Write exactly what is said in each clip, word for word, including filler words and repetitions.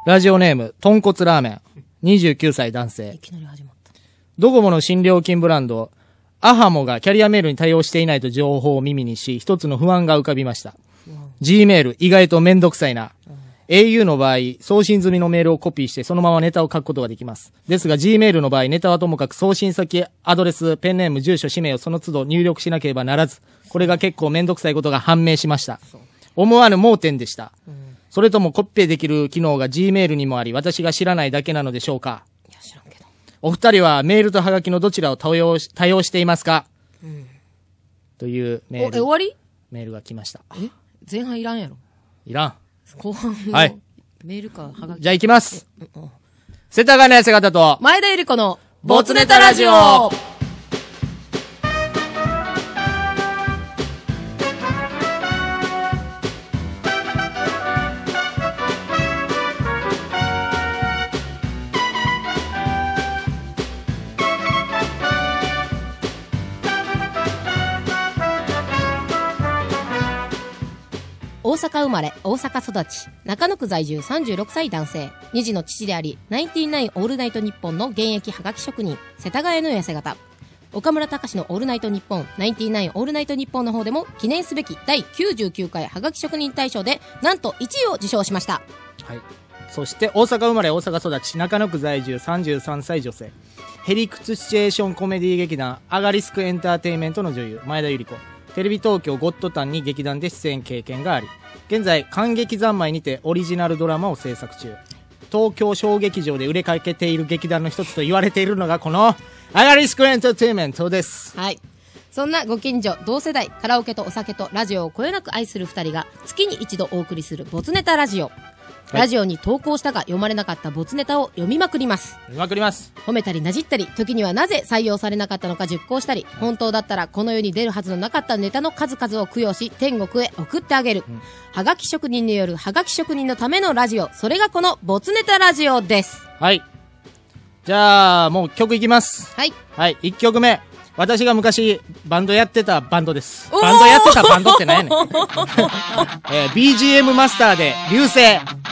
ラジオネーム、豚骨ラーメン。にじゅうきゅうさい男性。 いきなり始まった。 ドコモの新料金ブランド、アハモがキャリアメールに対応していないと情報を耳にし、一つの不安が浮かびました。G メール、意外とめんどくさいな。au の場合、送信済みのメールをコピーしてそのままネタを書くことができます。ですが G メールの場合、ネタはともかく送信先、アドレス、ペンネーム、住所、氏名をその都度入力しなければならず、これが結構めんどくさいことが判明しました。思わぬ盲点でした。うん、それともコピペできる機能が G メールにもあり、私が知らないだけなのでしょうか。 いや、知らんけど。 お二人はメールとハガキのどちらを多用し、多用していますか、うん、というメール。 え、終わり？ メールが来ました。 え？前半いらんやろ。 いらん。 後半の、 はい、 メールかハガキ。 じゃあ行きます。世田谷の痩せ方と前田ゆり子のボツネタラジオ。 大阪生まれ、大阪育ち、中野区在住さんじゅうろくさい男性、に児の父であり、ナインティナインオールナイトニッポンの現役はがき職人、世田谷の痩せ型。岡村隆史のオールナイトニッポン、ナインティナインオールナイトニッポンの方でも記念すべきだいきゅうじゅうきゅうかいはがき職人大賞で、なんといちいを受賞しました。 はい。そして大阪生まれ、大阪育ち、中野区在住さんじゅうさんさい女性、ヘリクツシチュエーションコメディ劇団、アガリスクエンターテインメントの女優、前田ゆり子。テレビ東京ゴッドタンに劇団で出演経験があり、現在感激三昧にてオリジナルドラマを制作中。東京小劇場で売れかけている劇団の一つと言われているのがこのアガリスクエンターテインメントです。 はい。そんなご近所同世代、カラオケとお酒とラジオをこよなく愛する二人が月に一度お送りするボツネタラジオ。ラジオに投稿したが読まれなかったボツネタを読みまくります。 読みまくります。 褒めたりなじったり、時にはなぜ採用されなかったのか熟考したり、本当だったらこの世に出るはずのなかったネタの数々を供養し天国へ送ってあげる、うん、はがき職人によるはがき職人のためのラジオ、それがこのボツネタラジオです。 はい。じゃあもう曲いきます。 はいはい。いっきょくめ、私が昔バンドやってたバンドです。バンドやってたバンドって何やねん、えー、ビージーエム マスターで流星。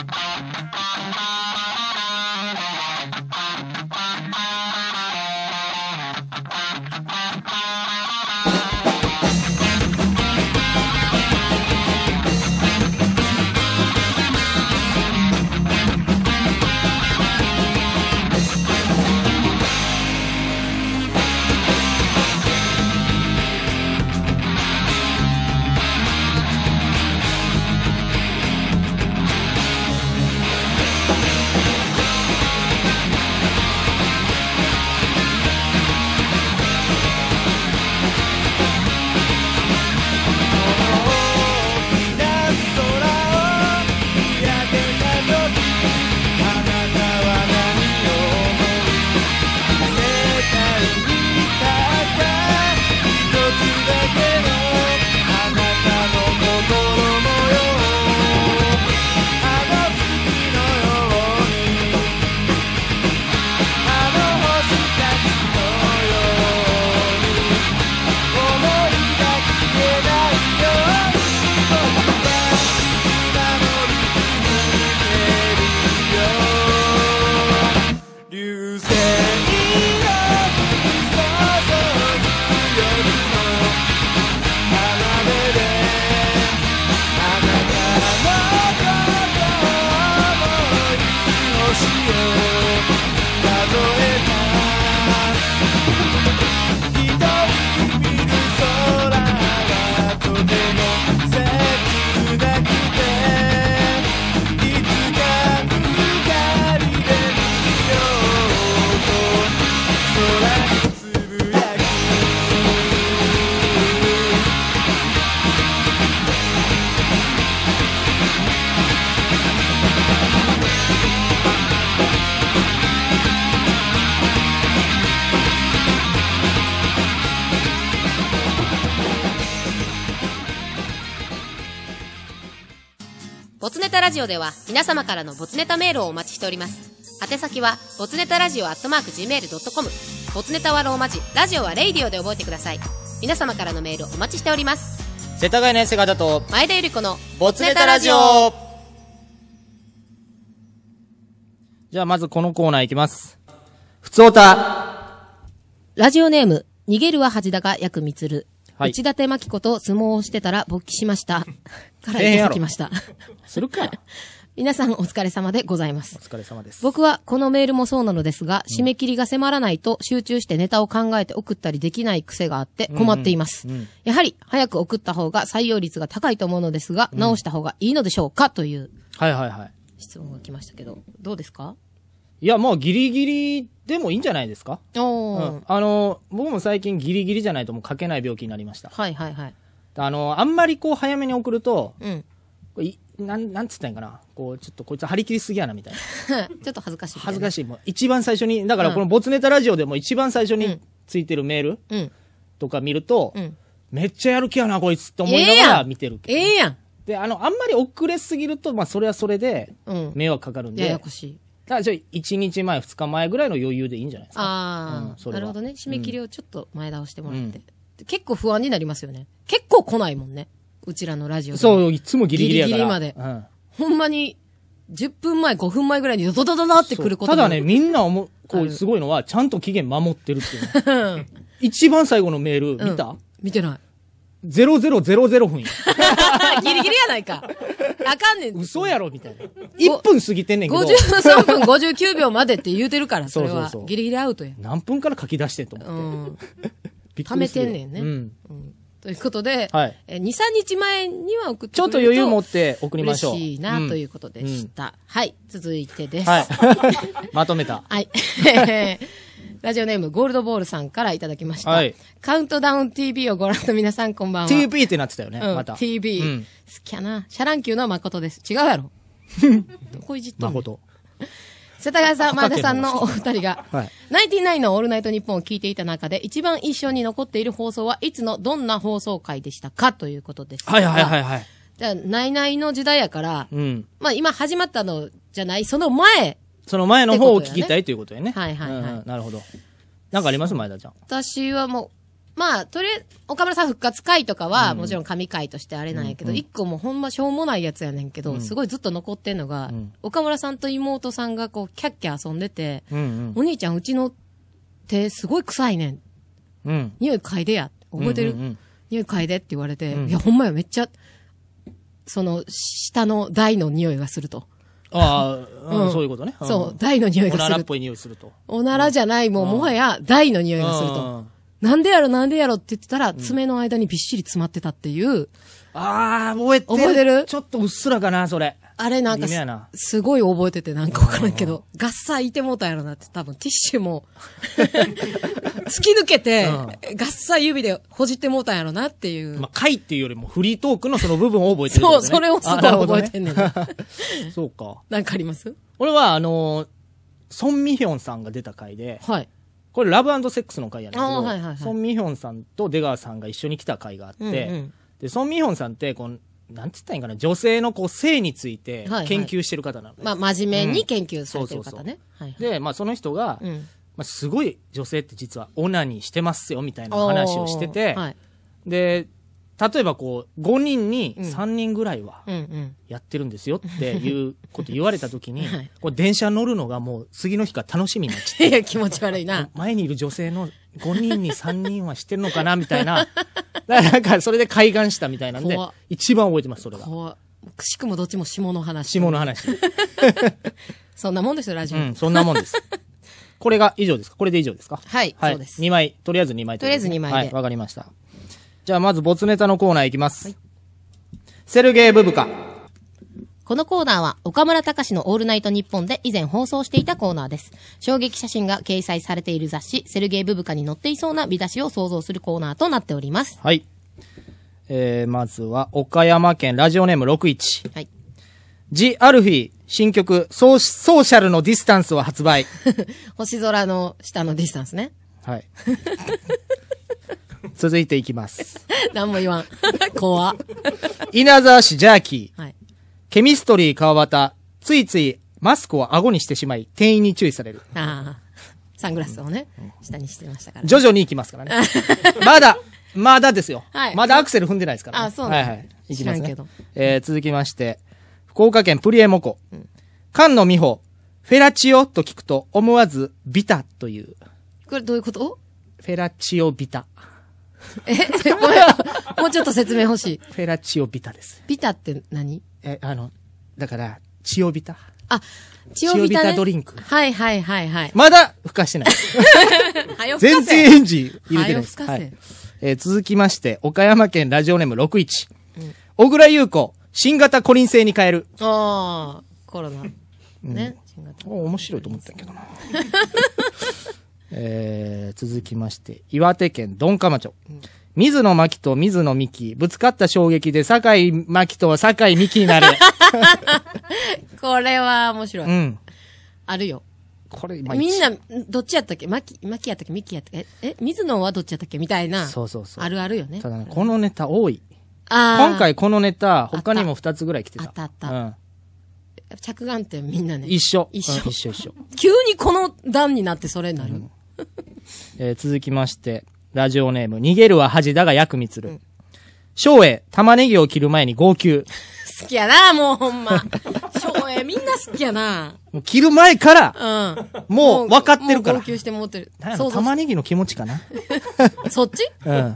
ボツネタラジオでは皆様からのボツネタメールをお待ちしております。宛先はボツネタラジオアットマーク ジーメールドットコム、 ボツネタはローマ字、ラジオはレイディオで覚えてください。皆様からのメールお待ちしております。 世田谷の痩せ方と前田ゆり子のボツネタラジオ。 じゃあまずこのコーナーいきます。ふつおた。 ラジオネーム、逃げるは恥だが薬みつる。 はい。 内館真紀子と相撲をしてたら勃起しました。からいただきました。 するか。 皆さんお疲れ様でございます。 お疲れ様です。 僕はこのメールもそうなのですが、締め切りが迫らないと集中してネタを考えて送ったりできない癖があって困っています。うんうんうん、やはり早く送った方が採用率が高いと思うのですが、うん、直した方がいいのでしょうかという。 はいはいはい。 質問が来ましたけど、どうですか？ いや、もうギリギリでもいいんじゃないですか？ おー。 うん、あの、僕も最近ギリギリじゃないともう書けない病気になりました。 はいはいはい。 あの、あんまりこう早めに送ると、 うん。 いなん、なんつったんやかな。こう、ちょっとこいつ張り切りすぎやなみたいな。ちょっと恥ずかしい。 恥ずかしい。もう一番最初に、だからこのボツネタラジオでも一番最初についてるメールとか見ると、うん、めっちゃやる気やなこいつって思いながら見てるけど。 ええやん。 で、あの、あんまり遅れすぎると、まあそれはそれで迷惑かかるんで。 うん、ややこしい。 だからじゃあいちにちまえ、ふつかまえぐらいの余裕でいいんじゃないですか。 ああ、うん、なるほどね。締め切りをちょっと前倒してもらって。うん、結構不安になりますよね。結構来ないもんね。うちらのラジオで。 そう、いつもギリギリやから。 ギリギリまで。うん、ほんまに、じゅっぷんまえ、ごふんまえぐらいにドドドドドってくることただね、みんな思う、こう、すごいのは、ちゃんと期限守ってるっていうの。一番最後のメール、見た、うん、 見てない。 ゼロゼロゼロゼロふんや。 ギリギリやないか。あかんねん。 嘘やろみたいな。いっぷん過ぎてんねんけど。 ごじゅうさんぷんごじゅうきゅうびょうまでって言うてるから、それは。そうそうそうギリギリアウトや。 何分から書き出してんと思って。うん。 びっくりする。溜めてんねんね。うん。うん、ということで、はい、えに、さんにちまえには送ってくれるとちょっと余裕持って送りましょう。 嬉しいな、ということでした。うん、はい。続いてです。 はい。まとめた。 はい。ラジオネームゴールドボールさんからいただきました。はい。カウントダウン ティーブイ をご覧の皆さんこんばんは。 ティーブイ ってなってたよね、 うん、 また。 ティーブイ。うん、好きやな。シャランキューの誠です。違うやろ。どこいじっとんの誠。 世田谷さん、前田さんのお二人が、はい、ナインティナインのオールナイトニッポンを聞いていた中で、一番印象に残っている放送はいつのどんな放送回でしたかということです。 はいはいはいはい。 じゃあ、ナイナイの時代やから、うん、まあ今始まったのじゃない、その前。 その前の方を聞きたいということやね。 はいはいはい、 うん。なるほど。なんかあります前田ちゃん。 私はもう、まあ、とりあえず、岡村さん復活回とかは、うん、もちろん神回としてあれなんやけど、一、うん、個もほんましょうもないやつやねんけど、うん、すごいずっと残ってんのが、うん、岡村さんと妹さんがこう、キャッキャ遊んでて、うんうん、お兄ちゃんうちの手すごい臭いねん。うん、匂い嗅いでや。覚えてる、うんうんうん、匂い嗅いでって言われて、うん、いやほんまよめっちゃ、その、下の台の匂いがすると。 ああ、うん、そういうことね。 うん、そう、台の匂いがする。 おならっぽい匂いすると。 おならじゃない、もうもはや台の匂いがすると。なんでやろなんでやろって言ってたら、爪の間にびっしり詰まってたっていう。 ああ、覚えてる。 覚えてる？ ちょっとうっすらかな、それ。 あれなんかす、すごい覚えててなんかわからんけど、ガッサーいてもうたやろなって多分ティッシュも、突き抜けて、うん、ガッサー指でほじってもうたんやろなっていう。 まあ、回っていうよりもフリートークのその部分を覚えてる、ね。 そう、それをすごい覚えてんねん、ね。 そうか。 なんかあります？ 俺は、あのー、ソン・ミヒョンさんが出た回で、 はい。 これラブ&セックスの回やねんけど、 はいはいはい、 ソン・ミヒョンさんと出川さんが一緒に来た回があって、うんうん、で、ソン・ミヒョンさんって、この、なんつったらいいんかな、女性のこう性について研究してる方なので、 はいはい、まあ真面目に研究されてる方ね。 で、まあその人が、うん、まあ、すごい女性って実はオナニーしてますよみたいな話をしてて、はい、で、例えばこう、ごにんにさんにんぐらいはやってるんですよっていうこと言われたときに、はい、こう電車乗るのがもう次の日から楽しみになっちゃって。 いや、気持ち悪いな。 前にいる女性のごにんにさんにんは知ってるのかなみたいな。だからなんかそれで開眼したみたいなんで、一番覚えてます、それが。 怖くしくもどっちも下の話。 下の話。 そんなもんですよ、ラジオ。 うん、そんなもんです。これが以上ですか？これで以上ですか？ はい、はい、そうです。 にまい、とりあえずにまいとりあえずにまいで。 はい、わかりました。じゃあまずボツネタのコーナーいきます。はい、セルゲイ・ブブカ。 このコーナーは岡村隆史のオールナイトニッポンで以前放送していたコーナーです。衝撃写真が掲載されている雑誌セルゲイ・ブブカに載っていそうな見出しを想像するコーナーとなっております。 はい。えー、まずは岡山県ラジオネームろくいち。はい。ジ・アルフィー新曲ソー、ソーシャルのディスタンスを発売。 星空の下のディスタンスね。 はい。続いていきます。 何も言わん。怖っ。 稲沢市ジャーキー。はい。ケミストリー川端。ついついマスクを顎にしてしまい、店員に注意される。 ああ。サングラスをね、うん、下にしてましたから、ね。 徐々に行きますからね。まだ、まだですよ。はい。まだアクセル踏んでないですからね。 あ、そうなんはいはい。行きますね。 知らんけど。 えー、続きまして、福岡県プリエモコ。うん、菅野美穂。 フェラチオと聞くと思わずビタという。 これどういうこと？ フェラチオビタ。 え、ごめん。もうちょっと説明欲しい。 フェラチオビタです。 ビタって何？ え、あの、だから、チオビタ。 あ、チオビタ、ね。チオビタドリンク。 はいはいはいはい。 まだ吹かしてない。全然エンジン入れてないです。はい。えー、続きまして、岡山県ラジオネームろくいち。うん、小倉優子、新型コリン製に変える。 ああ、コロナ。ね。うん、 新型お面白いと思ったけどな。えー、続きまして、岩手県鈍化町。うん、水野真紀と水野美紀、ぶつかった衝撃で酒井真紀と酒井美紀になる。 これは面白い。 うん。 あるよ。 これ、 まあ、みんな、どっちやったっけマキ、マキやったっけミキやったっけえ、え、水野はどっちやったっけみたいな。そうそうそう。あるあるよね。 ただね、このネタ多い。ああ。今回このネタ、他にも二つぐらい来てた。 あったあった。うん。着眼点みんなね。 一緒。 一緒。 うん、一緒一緒。 急にこの段になってそれになる。うんえー、続きまして、ラジオネーム、逃げるは恥だが薬味つる。翔英、玉ねぎを切る前に号泣。 好きやな、もうほんま。翔英みんな好きやな。 もう切る前から、うん、もう分かってるから。 もう号泣して持ってる。 そう玉ねぎの気持ちかな。 そっち、 うん、うん。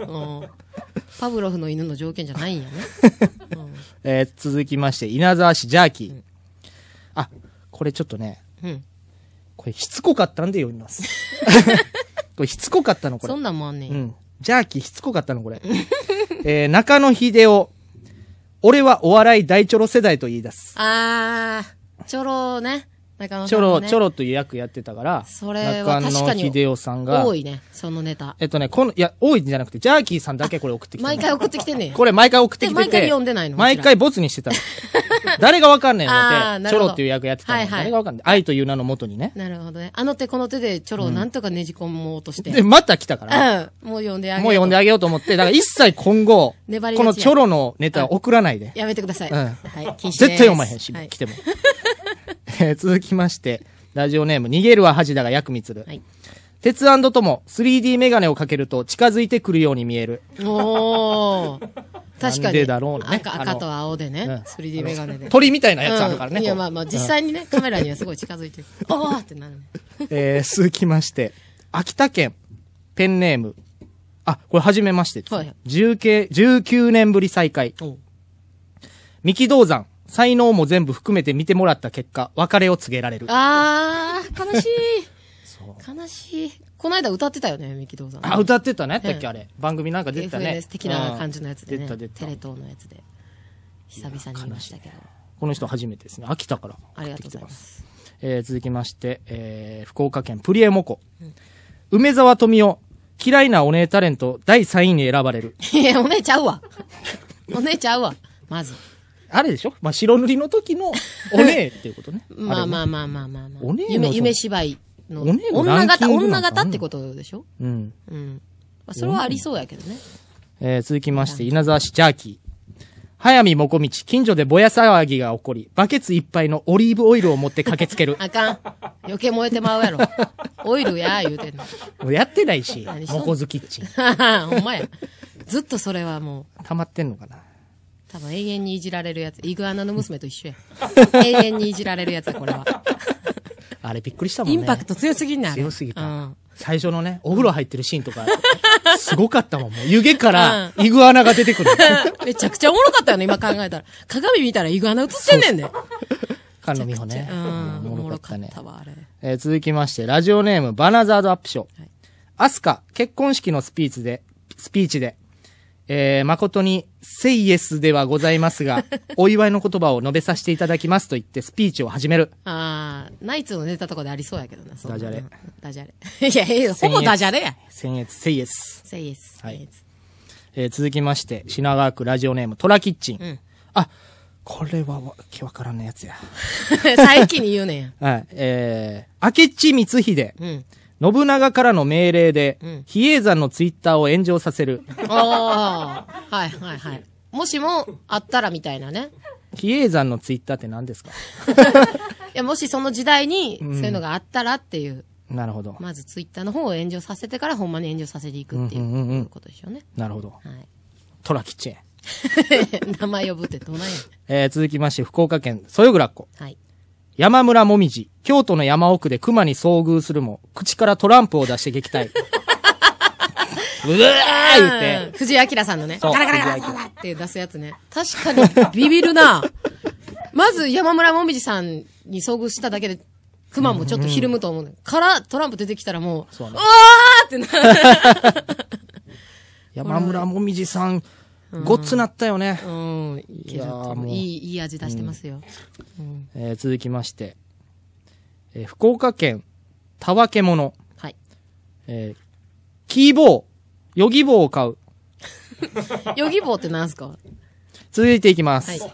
パブロフの犬の条件じゃないんやね。 うん、えー、続きまして、稲沢市ジャーキー。うん、あ、これちょっとね、うん、これしつこかったんで読みます。これしつこかったのこれ。 そんなんもあんねん。 うん。ジャーキーしつこかったのこれ。えー、中野秀夫。俺はお笑い大チョロ世代と言い出す。 あー、チョロね。中野さん、ね。チョロ、チョロという役やってたから。 それは確かに。 中野秀夫さんが。 多いね、そのネタ。 えっとね、この、いや、多いんじゃなくて、ジャーキーさんだけこれ送ってきて。 毎回送ってきてんねん。 これ毎回送ってきてて。 毎回読んでないの毎回ボツにしてたの。誰がわかんないのって、チョロっていう役やってたの。はいはい。誰がわかんない。愛という名の元にね。 なるほどね。あの手この手でチョロをなんとかねじ込もうとして。 で、また来たから。 うん。もう読んであげよう。 もう読んであげようと思って、だから一切今後、 粘りこのチョロのネタを送らないで。 やめてください。うん。はい。禁止です。 絶対読まへんし、来ても。続きまして、ラジオネーム、逃げるは恥だが薬味つる。はい。鉄&とも スリーディー メガネをかけると近づいてくるように見える。 おー。確かに。なんでだろうね。 赤、赤と青でね。スリーディー メガネで。 鳥みたいなやつあるからね。 いや、まあまあ、実際にね、カメラにはすごい近づいてる。おーってなるね。 えー、続きまして、秋田県、ペンネーム。あ、これ初めまして。はい。じゅうきゅうねんぶり再会。三木道山。才能も全部含めて見てもらった結果、別れを告げられる。 あー、悲しい。悲しい。この間歌ってたよね、三木道山。 あ、歌ってたね、やったっけ、あれ。番組なんか出てたね。 エフエヌエス 的な感じのやつでね。 出た出た。 テレ東のやつで。久々に見ましたけど。 この人初めてですね。秋田から。 ありがとうございます。 えー、続きまして、えー、福岡県プリエモコ。うん、梅沢富美男。嫌いなお姉タレントだいさんいに選ばれる。 いや、お姉ちゃうわ。お姉ちゃうわ。まず。 あれでしょまあ、白塗りの時のお姉っていうことね。 まあまあまあまあまあまあ。 お姉夢、夢芝居の。お姉の女型、女型ってことでしょうん。うん。まあ、それはありそうやけどね。 えー、続きまして、稲沢市ジャーキー。早見もこみち、近所でぼや騒ぎが起こり、バケツいっぱいのオリーブオイルを持って駆けつける。 あかん。余計燃えてまうやろ。オイルやー言うてんの。 もうやってないし、もこずキッチン。 ほんまや。ずっとそれはもう。溜まってんのかな多分永遠にいじられるやつ。イグアナの娘と一緒や。永遠にいじられるやつだ、これは。 あれびっくりしたもんね。 インパクト強すぎんね強すぎた。うん、最初のね、お風呂入ってるシーンとか、すごかったもん。もう湯気からイグアナが出てくる。 めちゃくちゃおもろかったよね、今考えたら。鏡見たらイグアナ映ってんねんね。 菅野美穂ね。 うん、おもろかったわ、あれ。 えー、続きまして、ラジオネーム、バナザードアップショー。はい、アスカ、結婚式のスピーチで、スピーチで、えー、誠に、セイエスではございますが、お祝いの言葉を述べさせていただきますと言ってスピーチを始める。 ああ、ナイツのネタとかでありそうやけどな、 ダジャレ。 ダジャレ。いや、ええよ、ほぼダジャレや。 僭越、セイエス。 セイエス。 はい。えー、続きまして、品川区ラジオネーム、トラキッチン。うん、あ、これはわけわからんのやつや。 最近に言うねんや。はい。えー、明智光秀。うん。信長からの命令で、うん、比叡山のツイッターを炎上させる。 ああ、はいはいはい。もしもあったらみたいなね。 比叡山のツイッターって何ですかいや、もしその時代にそういうのがあったらっていう。 うん、なるほど。 まずツイッターの方を炎上させてからほんまに炎上させていくっていう、うんうんうん、ことでしょうね。 なるほど。はい。トラキッチン。 名前呼ぶってどないや。 えー、続きまして、福岡県、そよぐらっこ。はい。 山村もみじ、京都の山奥で熊に遭遇するも、口からトランプを出して撃退。うわー言って。 藤井明さんのね、 そうガラガラガラガラって出すやつね。確かにビビるな。まず山村もみじさんに遭遇しただけで、熊もちょっとひるむと思う、ね。からトランプ出てきたらもう、 そうねうわーってなる。 山村もみじさん、ごっつなったよね。 うん。いやーもういい、いい味出してますよ。うんえー続きまして、えー福岡県、たわけもの、 はい。 えーキーボー、ヨギボーを買う。 ヨギボーって何すか？ 続いていきます。 はい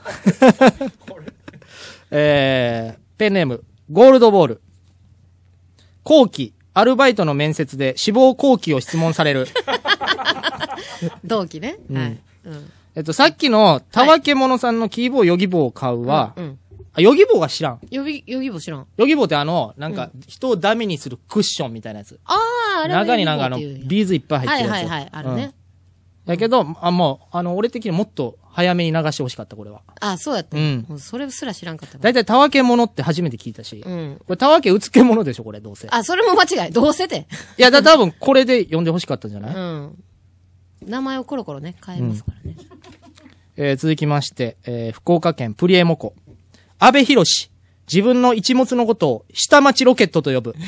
えーペンネーム、ゴールドボール。後期、アルバイトの面接で志望後期を質問される。 同期ね。 うんはい。うん。 えっと、さっきの、たわけものさんのキーボー、ヨギボーを買うは、 うん。 あ、ヨギボーは知らん。 ヨギ、ヨギボー知らん。 ヨギボーってあの、なんか、人をダメにするクッションみたいなやつ。 あー、あれは中になんかあの、 ヨギボーっていうんやビーズいっぱい入ってるやつ。 はいはいはい、あるね。 だけど、あ、もう、あの、俺的にもっと早めに流してほしかった、これは。 あ、そうやった。 うんもうそれすら知らんかったわ。 だいたいたわけものって初めて聞いたし。 うん。 これたわけうつけものでしょ、これ、どうせ。いあ、それも間違い。どうせで。 や、だ、多分これで呼んでほしかったんじゃない、 うん。名前をコロコロね、変えますからね。 えー続きまして、えー福岡県プリエモコ。安倍博士。自分の一物のことを下町ロケットと呼ぶ。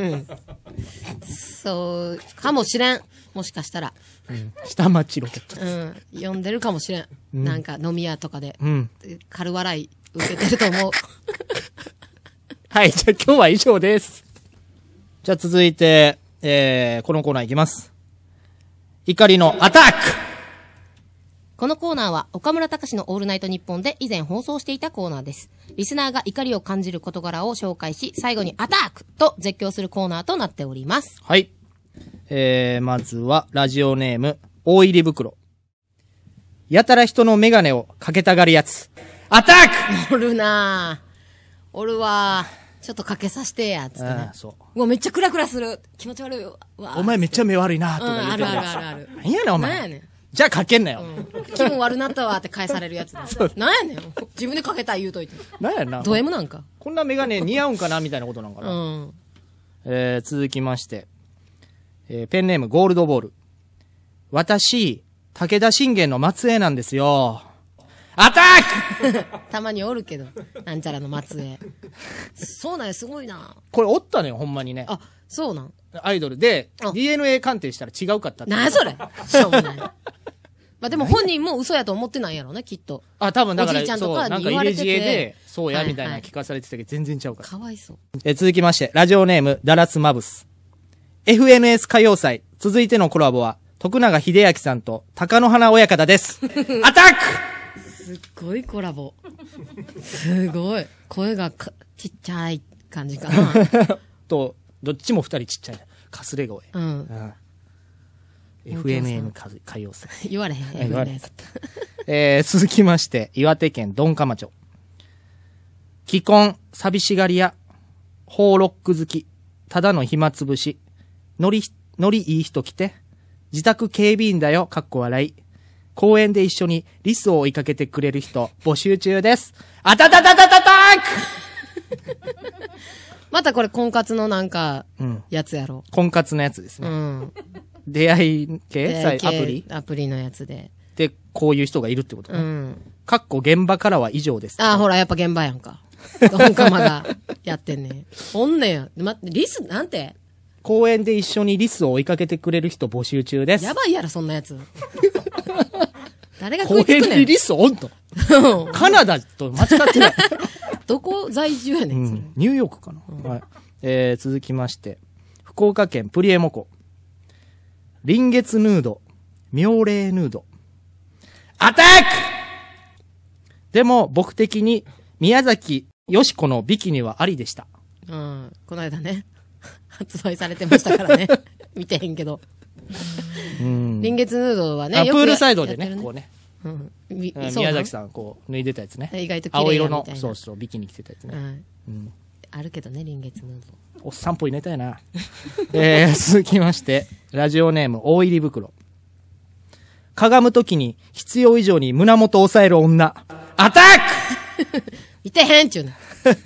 そう、かもしれん。もしかしたら。 下町ロケット。 うん。呼んでるかもしれん。なんか飲み屋とかで。 うん。 軽笑い受けてると思う。 はい、じゃあ今日は以上です。じゃあ続いて、えー、このコーナーいきます。怒りのアタック。 このコーナーは岡村隆史のオールナイトニッポンで以前放送していたコーナーです。リスナーが怒りを感じる事柄を紹介し、最後にアタックと絶叫するコーナーとなっております。 はい。えー、まずは、ラジオネーム、大入り袋。やたら人のメガネをかけたがるやつ。アタックおるなぁ。おるわぁ。ちょっとかけさせてや、つってねああ、。そう。 うわ、めっちゃクラクラする。気持ち悪いわ。 お前めっちゃ目悪いな、とうん、 か言ってあるあるあるある。 何やねん、お前。 なんやねん。 じゃあかけんなよ。 うん気分悪なったわって返されるやつだ。なんやねん。自分でかけたい言うといて。 なんやな。 ド M なんか。 こんなメガネ似合うんかなみたいなことなんかうな。 ん。 えー、続きまして、えー、ペンネームゴールドボール。私、武田信玄の末裔なんですよ。アタックたまにおるけど。なんちゃらの末裔。そうなんや、すごいな。 これおったのよ、ほんまにね。 あ、そうなん。 アイドルで、 あディーエヌエー 鑑定したら違うかったって。 なんやそれ。しょうもない。まあでも本人も嘘やと思ってないやろね、きっと。 あ、多分だから、 おじいちゃんとそう、 かなんか入れに言われてて知恵で、そうや、 はいみたいなはい聞かされてたけど、全然ちゃうから。 かわいそう。 えー続きまして、ラジオネーム、ダラスマブス。エフエヌエス 歌謡祭。続いてのコラボは、徳永秀明さんと貴乃花親方です。アタッすっごいコラボ。すごい。声がかちっちゃい感じかな。 クと、どっちも二人ちっちゃい。かすれ声。 うん。 うん エフエヌエヌ 歌歌謡祭。 言われへん。 言われへんえー、続きまして、岩手県ドンカマ町。既婚、寂しがり屋、ホーロック好き、ただの暇つぶし、ノリ、ノリいい人来て、自宅警備員だよ、かっこ笑い。公園で一緒にリスを追いかけてくれる人、募集中です。あたたたたたたーくまたこれ婚活のなんか、 うん。 やつやろ。 婚活のやつですうね。 ん。 出会い系でさアプリアプリのやつで。 で、こういう人がいるってことね。 うん。 かっこ現場からは以上です。 あ、ほら、やっぱ現場やんか。どんかまだやってんね。おんねや。待って、リス、なんて公園で一緒にリスを追いかけてくれる人募集中です。 やばいやろ、そんなやつ。誰が公食いつくねん。 園にリスおんのカナダと間違ってない。 どこ在住やね、それ。 うんん、ニューヨークかな。はい。えー、続きまして、福岡県プリエモコ。臨月ヌード、妙齢ヌード。アタックでも僕的に宮崎よしこのビキニはありでした。 うん。この間ね、発売されてましたからね。見てへんけど。 うん。 臨月ヌードはね、 あプよくやールサイドでやってる、 ねこうね。 うん。みうんそうなん宮崎さん、こう、脱いでたやつね。 意外と綺麗や青色のみたい、なそうそう、ビキニ着てたやつね。 うん。 うん。 あるけどね、臨月ヌード。 おっさんっぽいネタやな。えー、続きまして、ラジオネーム、大入り袋。かがむときに必要以上に胸元を押さえる女。アタック見てへんっちゅうね。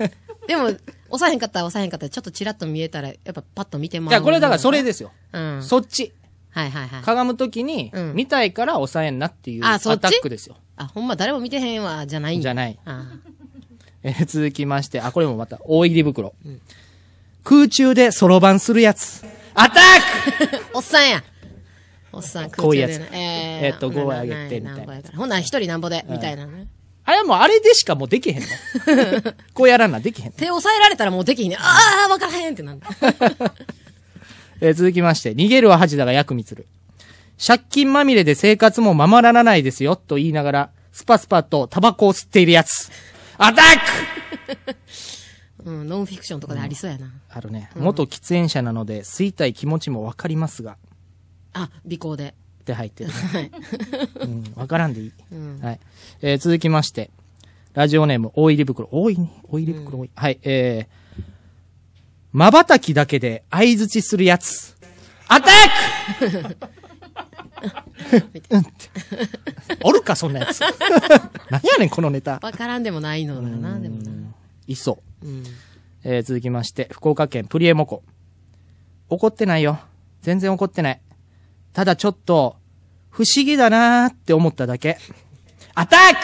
でも、押さへんかったら押さへんかったら、ちょっとチラッと見えたら、やっぱパッと見てもいや、これだからそれですよ。 うん。 そっち。 はいはいはい。 かがむときに、 うん見たいから抑えんなっていうアあそっちタックですよ。 あ、ほんま誰も見てへんわ、じゃないんじゃない。 あえー続きまして、あ、これもまた、大入り袋。空中でそろばんするやつ。アタックおっさんや。おっさん、 こういうやつ空中でねええーっとご上げてみたいななんぼやからほんなら一人なんぼで、みたいなね。 あれはもうあれでしかもうできへんの。こうやらなできへんの。 手押さえられたらもうできひんね。ああ、わからへんってなんだ。 えー続きまして、逃げるは恥だが薬味する。借金まみれで生活もままならないですよ、と言いながら、スパスパとタバコを吸っているやつ。アタックうん、ノンフィクションとかでありそうやな。 あるね。元喫煙者なので、吸いたい気持ちもわかりますが、 あ、尾行で。 って入ってる、ね。 はい。 うん、わからんでいい。 うん。 はい。えー続きまして、ラジオネーム、大入り袋。大入り、大入り袋多い。はい、えー、瞬きだけで相づちするやつ。アタックうんっておるか、そんなやつ。何やねん、このネタ。 わからんでもないのだな、でもな。 いそう。 うん。 えー続きまして、福岡県プリエモコ。怒ってないよ。全然怒ってない。ただちょっと、不思議だなーって思っただけ。アタック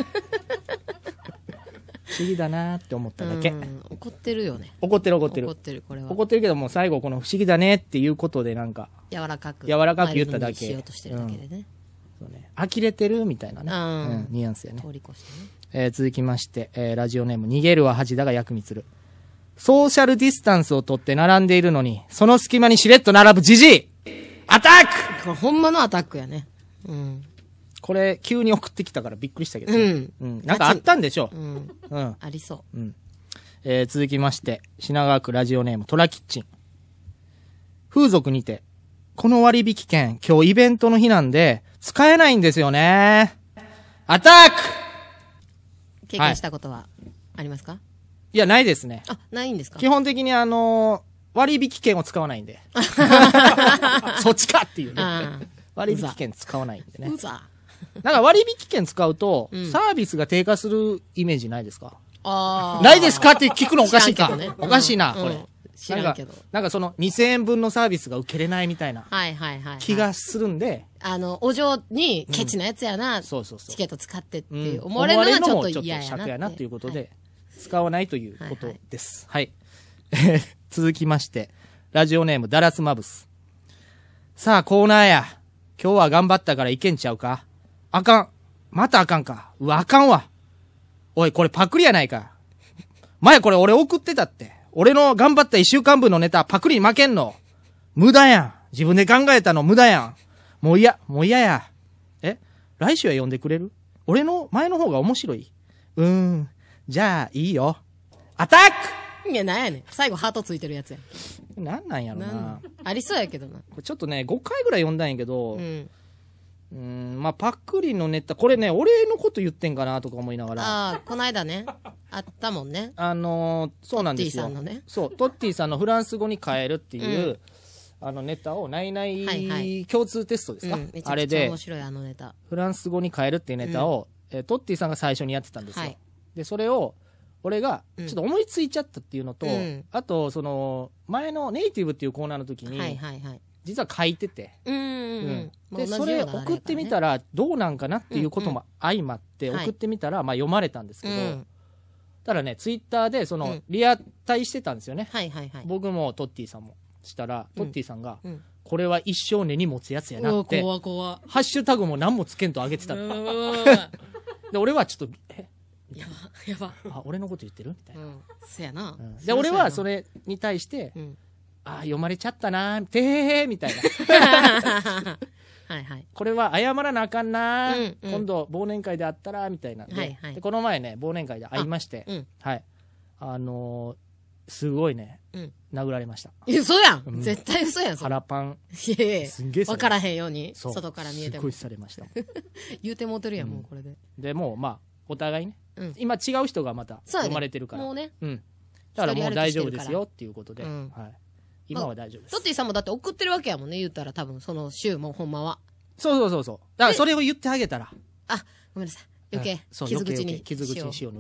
不思議だなーって思っただけ。 うん怒ってるよね。 怒ってる怒ってる。 怒ってる、これは。 怒ってるけども、最後この不思議だねっていうことでなんか、 柔らかく。 柔らかく言っただけマイルドにしようとしてるだけでね。 そうね、呆れてるみたいなね。 うんうん、ニュアンスやね。 通り越してね。 えー続きまして、えーラジオネーム、逃げるは恥だが薬味する。ソーシャルディスタンスをとって並んでいるのに、その隙間にしれっと並ぶジジイアタックこれほんまのアタックやね。うん。 これ、急に送ってきたからびっくりしたけど、 うんうん。なんかあったんでしょう。ん。 う。うん。 ありそうん。えー続きまして、品川区ラジオネーム、トラキッチン。風俗にて、この割引券、今日イベントの日なんで、使えないんですよね。アタックう。経験したことはありますか？ いや、ないですね。 あ、ないんですか？ 基本的にあのー割引券を使わないんで。そっちかっていうね。 あ割引券使わないんでねう。ざ。 なんか割引券使うと、 うんサービスが低下するイメージないですか？ ああ。 ないですかって聞くのおかしいか。 知らんけどねおかしいな、 うんこれ。 知らんけどなんか、なんかそのにせんえんぶんのサービスが受けれないみたいなはいはいはいはい。 気がするんで、 あの、お嬢にケチなやつやな、 そうそうそうチケット使ってってうんいう、思われるのはちょっと思われるのも嫌やなって。 尺やなということはいで、使わないということです。はい。続きまして、ラジオネームダラスマブス。さあ、コーナーや。今日は頑張ったからいけんちゃうか？あかん。またあかんか。うわ、あかんわ。おい、これパクリやないか。前これ俺送ってたって。俺の頑張った一週間分のネタパクリに負けんの。無駄やん。自分で考えたの無駄やん。もう嫌、もう嫌や。え来週は呼んでくれる？俺の前の方が面白い？うーん。じゃあ、いいよ。アタッいや、なんやねん。最後ハートついてるやつや。 クなんなんやろな。 なんありそうやけどな。 これちょっとね、ごかいぐらい読んだんやけど、 う。 うんーん、まあ、パクリのネタ、これね、俺のこと言ってんかなとか思いながら、あああ、こないだね。あったもんね。 のー、そうなんですよ。 トッティさんのねそう、トッティさんのフランス語に変えるっていう、 うんあのネタを、ないなはいはいい共通テストですか、 うん。めちあれでゃくちゃ面、白い、あのネタ。 フランス語に変えるっていうネタを、えートッティさんが最初にやってたんですよ。 はいで、それを、俺が、 うんちょっと思いついちゃったっていうのと、 うんあと、その、前のネイティブっていうコーナーの時に、 はいはいはい。 実は書いてて、 うんうんうん。 で、それ送ってみたら、 ら、どうなんかなっていうことも相まって、 うんうん送ってみたら、まあ読まれたんですけど、 うんただね、ツイッターで、その、 うんリアタイしてたんですよね。 はいはいはい。 僕もトッティさんも。したら、 うんトッティさんが、 うんこれは一生根に持つやつやうわ、 なって、 怖怖。 ハッシュタグも何もつけんと上げてたの。 うわで、俺はちょっと、え、 やば、やば。 あ、俺のこと言ってるみたいな。 うん。せやな。 うんで、俺はそれ。 れに対して、 うん。 あ、読まれちゃったなー、てへーみたいな。 はいはい。 これは謝らなあかんなー、 うんうん今度忘年会で会ったらみたいなんで、 はいはいでこの前ね忘年会で会いまして、 うん。 はいあのー、すごいねうん。 殴られました。 嘘やん、 うん絶対嘘やん、それ。 腹パンいやいやすんげえされわからへんように、 そう外から見えてもすごい。されました。 言うてもうてるやん、 うんもうこれで。 でもうまあお互いね、 うん今違う人がまたそうやね生まれてるからもうね。 うんだからもう大丈夫ですよっていうことで、 うんはい、今は大丈夫です、 トッティさんもだって送ってるわけやもんね、言ったら多分、その週もほんまは。 そうそうそうそうだからそれを言ってあげたらあ、ごめんなさい。余計うん、そう傷口に余計余計傷口に塩塩塗りやん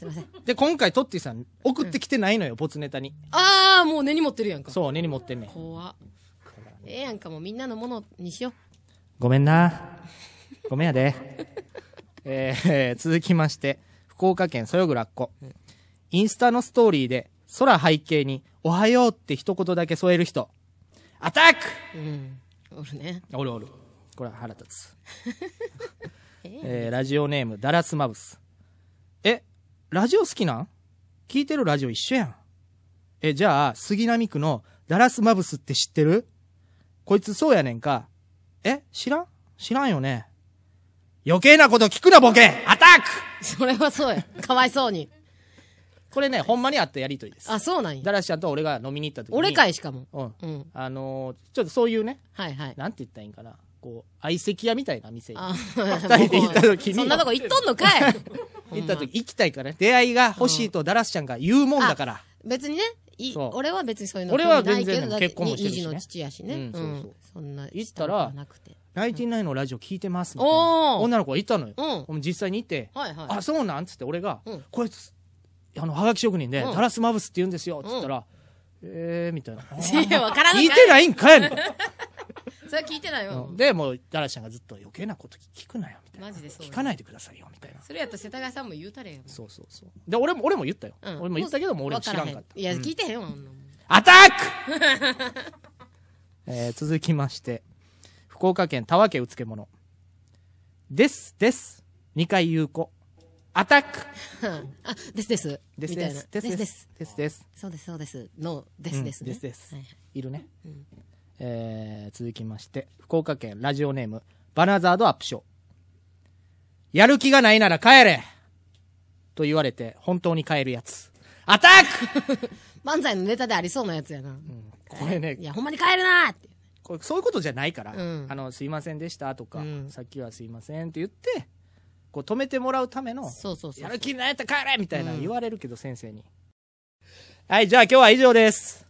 すいません。 で、今回トッティさん送ってきてないのよ、ボツネタに。 あー、もう根に持ってるやんか。 そう、根に持ってんねん。 怖っ。ええやんか、もうみんなのものにしよう。 ごめんな。ごめんやで。えー、続きまして、福岡県そよぐらっこ。インスタのストーリーで、空背景に、おはようって一言だけ添える人。アタックうん。おるね。 おるおる。これは腹立つ。えー、ラジオネーム、ダラスマブス。え、ラジオ好きなん？聞いてるラジオ一緒やん。え、じゃあ、杉並区のダラスマブスって知ってる？こいつそうやねんか。え、知らん？知らんよね。余計なこと聞くなボケ！アタック！ それはそうや。かわいそうに。 これね、ほんまにあったやりとりです。 あ、そうなんや。 ダラスちゃんと俺が飲みに行った時に。 俺かいしかも。 うん。 うん。 あのー、ちょっとそういうね、 はいはい。 なんて言ったらいいんかな。こう、相席屋みたいな店に。 あ二人で行った時に。 そんなとこ行っとんのかい行った時、行きたいからね。出会いが欲しいとダラスちゃんが言うもんだから。 別にね、いそう俺は別にそういうの俺は全然興味ないけど結婚もしてるしね二児の父やしね。 うんそうそううんそんな行ったらなくて。 ナインティナインのラジオ聞いてますみたいなおー女の子がいたのよ。 うん俺も実際に行って、 はいはい。 あ、そうなんつって俺がうん、 こいつ、あの、はがき職人で、 うんダラスマブスって言うんですよ。つったら、えー、みたいな。 いやわからんのかい聞いてないんかいそれは聞いてないよ。 で、もう、ダラスちゃんがずっと余計なこと聞くなよ、みたいな。 マジでそう。 聞かないでくださいよ、みたいな。 それやったら世田谷さんも言うたれよ。 そうそうそう。で、俺も、俺も言ったよ。 うん俺も言ったけども、俺も知らんかった。 わらへんいや、 うん聞いてへんよ、あんなもん。 アタックえー、続きまして、福岡県田和家うつけ者。です、です。二回言う子。アタックあ、ですです。 ですみたいなです。ですでですす。ですです。 そうです、そうです。の、ですですね。 うんですですはいはいいるね。 うんえー、続きまして、福岡県ラジオネーム、バナザードアップショー。やる気がないなら帰れと言われて、本当に帰るやつ。アタック漫才のネタでありそうなやつやな。 うんこれねい、や、ほんまに帰るなーって。 これそういうことじゃないから、 うんあの、すいませんでしたとか、 うんさっきはすいませんって言って、こう止めてもらうための、 そうそうそう。 やる気ないやったら帰れみたいなうん言われるけど、先生に。はい、じゃあ今日は以上です。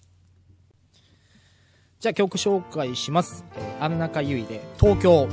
じゃあ曲紹介します。えー、安中優衣で東京。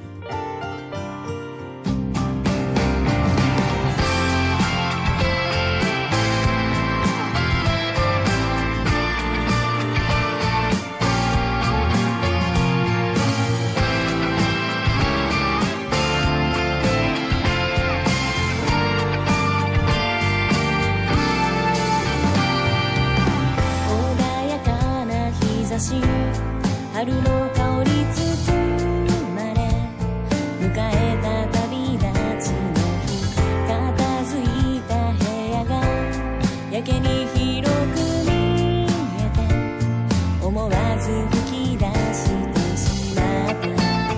穏やかな日差し春の香り包まれ迎えた旅立ちの日片付いた部屋がやけに広く見えて思わず吹き出してしまった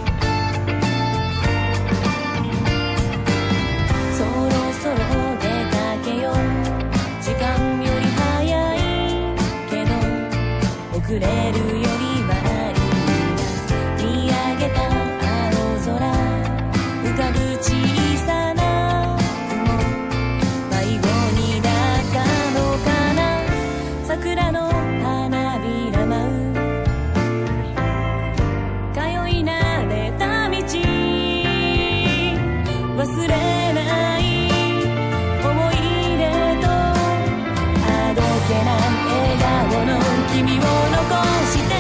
そろそろ出かけよう時間より早いけど遅れるよりはいいな見上げた青空浮かぶ小さな雲迷子になったのかな桜の花びら舞う通い慣れた道忘れない思い出とあどけない笑顔の君を残して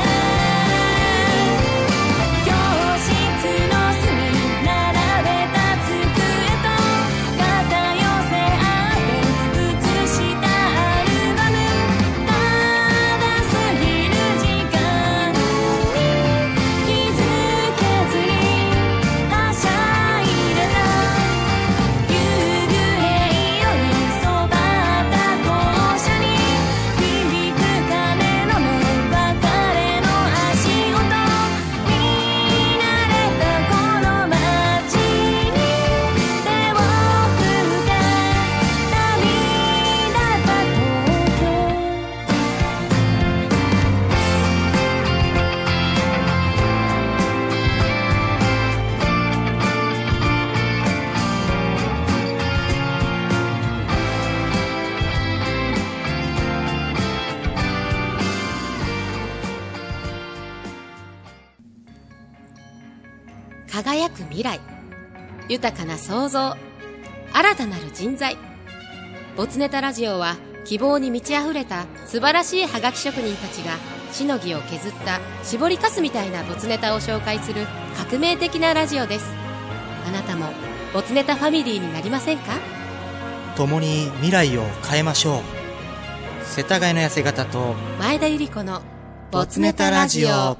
教室の隅並べた机と肩寄せ合って写したアルバムただ過ぎる時間に気づけずにはしゃいでた夕暮れ夜そばった校舎に響く鐘の音別れの足音見慣れたこの街に手を振って旅立った東京輝く未来豊かな創造新たなる人材ボツネタラジオは希望に満ち溢れた素晴らしいハガキ職人たちがしのぎを削った絞りかすみたいなボツネタを紹介する革命的なラジオです。あなたもボツネタファミリーになりませんか？ 共に未来を変えましょう。世田谷の痩せ方と前田ゆり子のボツネタラジオ。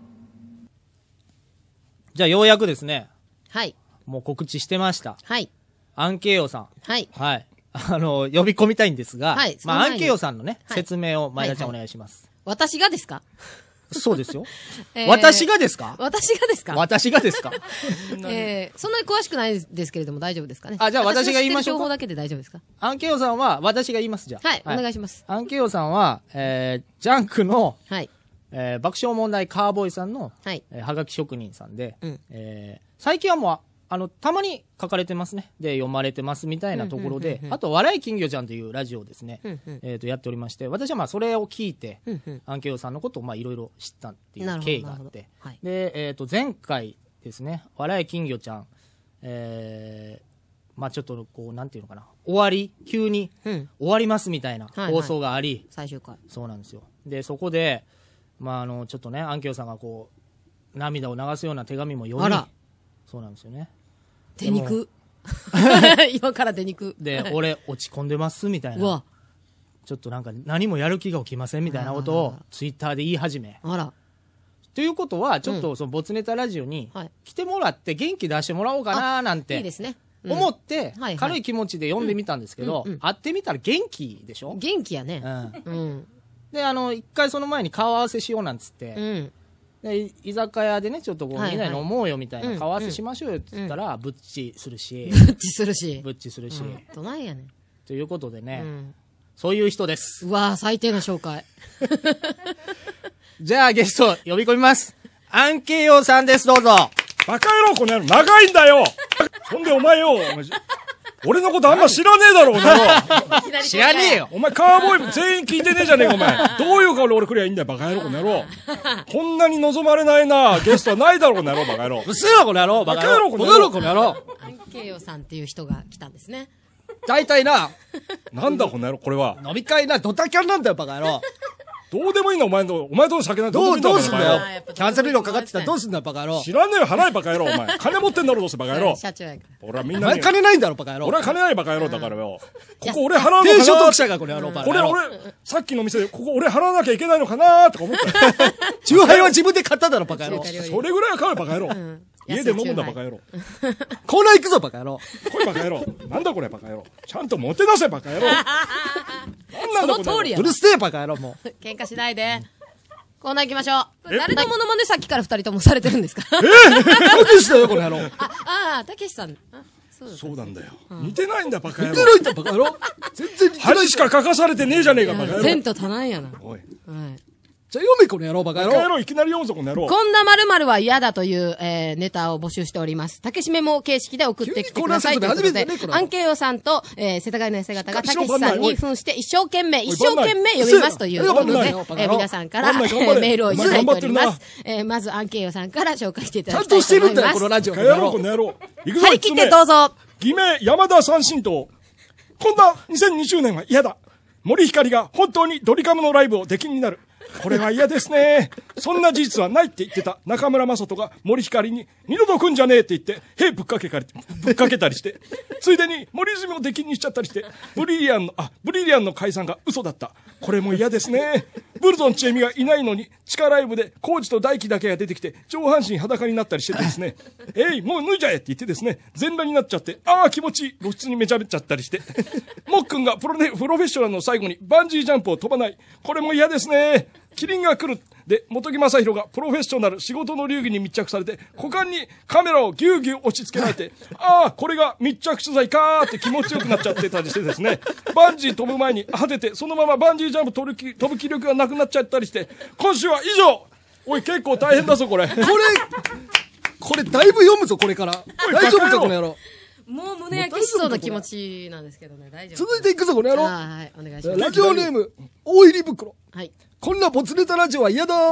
じゃあようやくですね、 はい。 もう告知してました。 はい。 アンケイヨさん。 はい。 はい。あの、呼び込みたいんですが、 はい。 まあ、アンケイヨさんのね、 はい、 説明を前田ちゃんお願いします。 はいはい、私がですか？ そうですよ。 えー、 私がですか？ 私がですか？ 私がですか？ えー、そんなに詳しくないですけれども大丈夫ですかね？ あ、じゃあ私が言いましょうか。 情報だけで大丈夫ですか？ アンケイヨさんは、私が言います、じゃあ。 はい、はい、お願いします。 アンケイヨさんは、えー、ジャンクの、 はい。 えー、爆笑問題カーボーイさんの、 はい。 えー、はがき職人さんで、 うん。 えー、最近はもう、あの、たまに書かれてますね。で、読まれてますみたいなところで、あと、笑い金魚ちゃんというラジオをですね、 うんうん、 えっと、やっておりまして、私はまあ、それを聞いて、 うんうん、 アンケイヨさんのことをまあ、いろいろ知ったっていう経緯があって、 はい、 で、えっと、前回ですね、笑い金魚ちゃん、えー、まあ、ちょっと、こう、なんていうのかな、終わり、急に、終わりますみたいな放送があり、 はいはい、最終回。 そうなんですよ。で、そこで、まあ、あの、ちょっとね、アンケイヨさんがこう、涙を流すような手紙も読み、そうなんですよね。 出肉今から出肉で、俺落ち込んでますみたいな、ちょっとなんか何もやる気が起きませんみたいなことをツイッターで言い始め、 あらということはちょっとそのボツネタラジオに来てもらって元気出してもらおうかななんて思って軽い気持ちで読んでみたんですけど、会ってみたら元気でしょ。 元気やね。 うん、で、あの一回その前に顔合わせしようなんつって、うんで居酒屋でねちょっとこう、はいはい、みんなで飲もうよみたいな、顔合わせしましょうよって言ったら、うん、ぶっちするしぶっちするしぶっちするし、うん、 どないやねんということでね、うん、そういう人です。 うわー最低な紹介じゃあゲスト呼び込みます。アンケイヨさんです。どうぞ。 バカ野郎この野郎長いんだよそんでお前よ俺のことあんま知らねえだろ、この野郎。 知らねえよ。 お前カーボーイ全員聞いてねえじゃねえか、お前。どういう顔で俺来りゃいいんだよ、バカ野郎、この野郎。こんなに望まれないな、ゲストはないだろ、この野郎、バカ野郎。 うっせえわ、この野郎、バカ野郎。この野郎、この野郎。 アンケイヨさんっていう人が来たんですね。 大体な。 なんだ、この野郎、これは。 飲み会な、ドタキャンなんだよ、バカ野郎。 どうでもいいんだ、お前の、お前との酒なんてどう、どうすんだよ。キャンセル料かかってたらどうすんだよ、バカ野郎。 知らねえよ、払え、バカ野郎、お前。金持ってんだろ、どうせ、バカ野郎。 社長やから。 俺はみんな。 お前金ないんだろ、バカ野郎。 俺は金ないバカ野郎だからよ。ここ俺払うのかな。 低所得者がこれ野郎、バカこれ俺、さっきの店で、ここ俺払わなきゃいけないのかなとか思った。 チューハイは自分で買っただろ、バカ野郎。 それぐらいは買う、バカ野郎。家で飲むんだ、バカ野郎。 コーナー行くぞ、バカ野郎。 来い、バカ野郎。なんだこれ、バカ野郎。ちゃんともてなせ、バカ野郎。 その通りや。 うるせえ、バカ野郎、もう。喧嘩しないで。コーナー行きましょう。誰のモノマネさっきから二人ともされてるんですか？ えぇたけしだよ、この野郎。 あ、あ、たけしさん。 そうなんだよ。似てないんだ、バカ野郎。 似てないんだ、バカ野郎。全然似てない。 恥しか書かされてねえじゃねえか、バカ野郎。 前途多難やな。 おい。 じゃあ読め、この野郎、バカ野郎。 バカ野郎、いきなり読むぞ、この野郎。 こんな〇〇は嫌だという、えー、ネタを募集しております。竹締めも形式で送ってきてくださいということで、アンケイヨさんと、えー、世田谷の痩せ方がたけしさんに扮して一生懸命、一生懸命読みますということで、えー、皆さんから、えー、メールをいただいております。えー、まずアンケイヨさんから紹介していただきたいと思います。ちゃんとしてるんだよ、このラジオ。 バカ野郎、この野郎。 張り切ってどうぞ。 偽名、山田三神党。こんなにせんにじゅうねんは嫌だ。森ひかりが本当にドリカムのライブを出禁になる。これは嫌ですね。そんな事実はないって言ってた中村雅人が森ひかりに二度と来んじゃねえって言って兵ぶっかけかれぶっかけたりして、ついでに森泉も出禁にしちゃったりして、ブリリアンのあブリリアンの解散が嘘だった。これも嫌ですね。ブルゾンちえみがいないのに地下ライブでコージと大輝だけが出てきて上半身裸になったりしてですね、えいもう脱いじゃえって言ってですね、全裸になっちゃって、ああ気持ちいい露出にめちゃめちゃったりして、もっくんがプロネプロフェッショナルの最後にバンジージャンプを飛ばない。これも嫌ですね。キリンが来るで本木雅弘がプロフェッショナル仕事の流儀に密着されて股間にカメラをぎゅうぎゅう押し付けられてああこれが密着取材かーって気持ちよくなっちゃってたりしてですね、バンジー飛ぶ前に果ててそのままバンジージャンプ飛ぶ気飛ぶ気力がなくなっちゃったりして、今週は以上。おい結構大変だぞこれ。これこれだいぶ読むぞこれから。大丈夫かこの野郎。 もう胸焼けしそうな気持ちなんですけどね。大丈夫。 続いていくぞこの野郎。 はいお願いします。 ラジオネーム大入り袋。 はい。 こんなボツネタラジオは嫌だ。